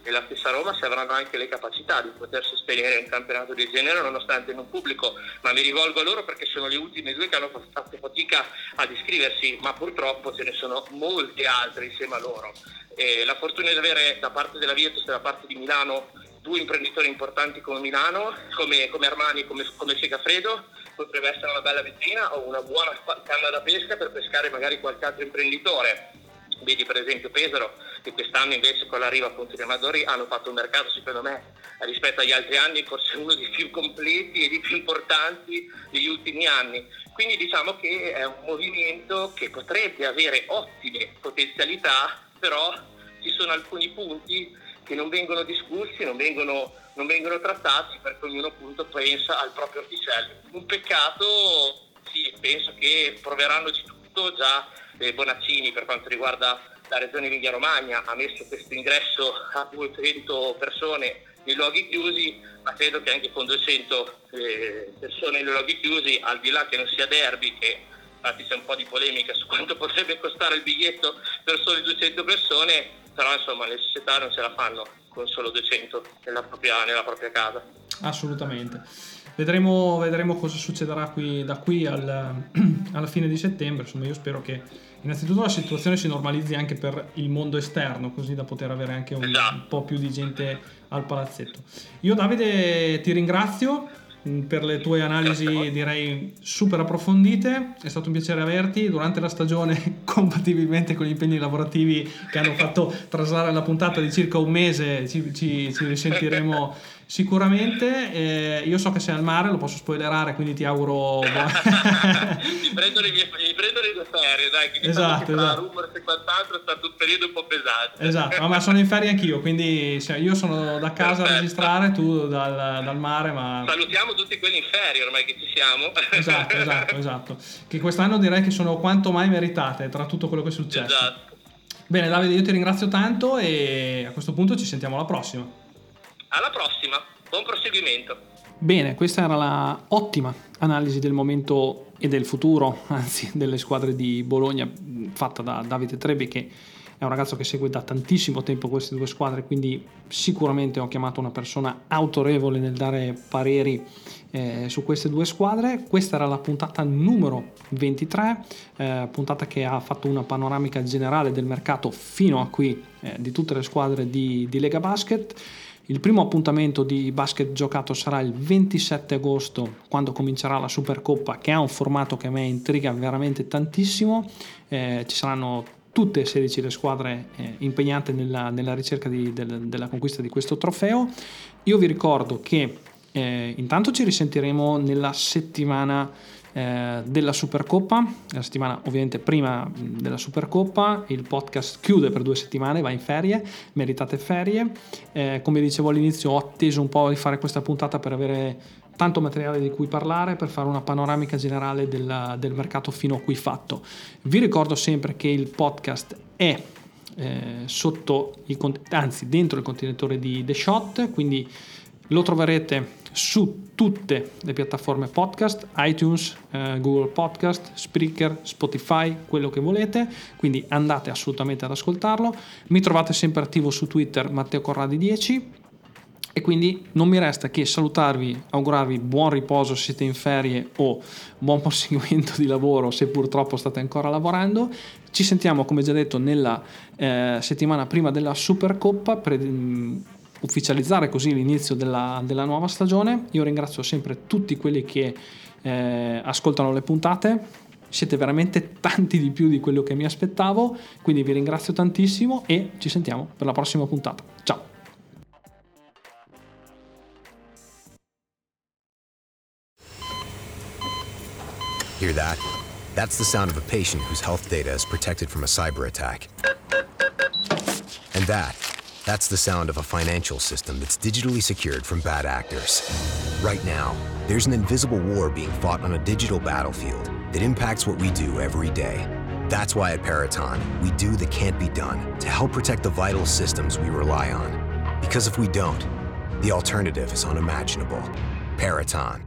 e la stessa Roma se avranno anche le capacità di poter sostenere un campionato del genere nonostante non pubblico, ma mi rivolgo a loro perché sono le ultime due che hanno fatto fatica ad iscriversi, ma purtroppo ce ne sono molti altri insieme a loro. La fortuna di avere da parte della Virtus e da parte di Milano due imprenditori importanti come Milano, come Armani e come Segafredo, potrebbe essere una bella vetrina o una buona canna da pesca per pescare magari qualche altro imprenditore. Vedi per esempio Pesaro, che quest'anno invece con l'arrivo appunto di Amadori hanno fatto un mercato secondo me rispetto agli altri anni forse uno dei più completi e dei più importanti degli ultimi anni. Quindi diciamo che è un movimento che potrebbe avere ottime potenzialità, però ci sono alcuni punti che non vengono discussi, non vengono trattati, perché ognuno appunto pensa al proprio orticello. Un peccato, sì, penso che proveranno di tutto. Già Bonaccini, per quanto riguarda la regione Emilia-Romagna, ha messo questo ingresso a 200 persone nei luoghi chiusi, ma credo che anche con 200 persone nei luoghi chiusi, al di là che non sia derby, che infatti c'è un po' di polemica su quanto potrebbe costare il biglietto per sole 200 persone, però insomma le società non ce la fanno con solo 200 nella propria casa. Assolutamente. Vedremo cosa succederà da qui alla fine di settembre. Insomma, io spero che innanzitutto la situazione si normalizzi anche per il mondo esterno, così da poter avere anche un po' più di gente al palazzetto. Io Davide ti ringrazio per le tue analisi, direi super approfondite. È stato un piacere averti durante la stagione, compatibilmente con gli impegni lavorativi che hanno fatto traslare la puntata di circa un mese. Ci risentiremo sicuramente. Io so che sei al mare, lo posso spoilerare, quindi ti auguro mi prendo le due ferie, dai, che esatto. Rumor e quant'altro è stato un periodo un po' pesante. Esatto, ma sono in ferie anch'io, quindi io sono da casa a registrare, tu dal mare, ma salutiamo tutti quelli in ferie ormai che ci siamo. Esatto, che quest'anno direi che sono quanto mai meritate tra tutto quello che è successo. Esatto. Bene Davide, io ti ringrazio tanto e a questo punto ci sentiamo alla prossima. Alla prossima, buon proseguimento. Bene, questa era la ottima analisi del momento e del futuro, anzi delle squadre di Bologna, fatta da Davide Trebbi, che è un ragazzo che segue da tantissimo tempo queste due squadre, quindi sicuramente ho chiamato una persona autorevole nel dare pareri su queste due squadre. Questa era la puntata numero 23, puntata che ha fatto una panoramica generale del mercato fino a qui di tutte le squadre di Lega Basket. Il primo appuntamento di basket giocato sarà il 27 agosto, quando comincerà la Supercoppa, che ha un formato che a me intriga veramente tantissimo. Ci saranno tutte e 16 le squadre impegnate nella ricerca della conquista di questo trofeo. Io vi ricordo che intanto ci risentiremo nella settimana della Supercoppa, la settimana ovviamente prima della Supercoppa. Il podcast chiude per 2 settimane, va in ferie, meritate ferie. Come dicevo all'inizio, ho atteso un po' di fare questa puntata per avere tanto materiale di cui parlare, per fare una panoramica generale del mercato fino a qui fatto. Vi ricordo sempre che il podcast è dentro il contenitore di The Shot, quindi lo troverete su tutte le piattaforme podcast, iTunes, Google Podcast, Spreaker, Spotify, quello che volete, quindi andate assolutamente ad ascoltarlo. Mi trovate sempre attivo su Twitter, Matteo Corradi 10, e quindi non mi resta che salutarvi, augurarvi buon riposo se siete in ferie o buon proseguimento di lavoro se purtroppo state ancora lavorando. Ci sentiamo, come già detto, nella settimana prima della Supercoppa per ufficializzare così l'inizio della nuova stagione. Io ringrazio sempre tutti quelli che ascoltano le puntate, siete veramente tanti di più di quello che mi aspettavo, quindi vi ringrazio tantissimo e ci sentiamo per la prossima puntata. Ciao! Hear that? That's the sound of a patient whose health data is protected from a cyber attack. And that's the sound of a financial system that's digitally secured from bad actors. Right now, there's an invisible war being fought on a digital battlefield that impacts what we do every day. That's why at Peraton, we do the can't be done to help protect the vital systems we rely on. Because if we don't, the alternative is unimaginable. Peraton.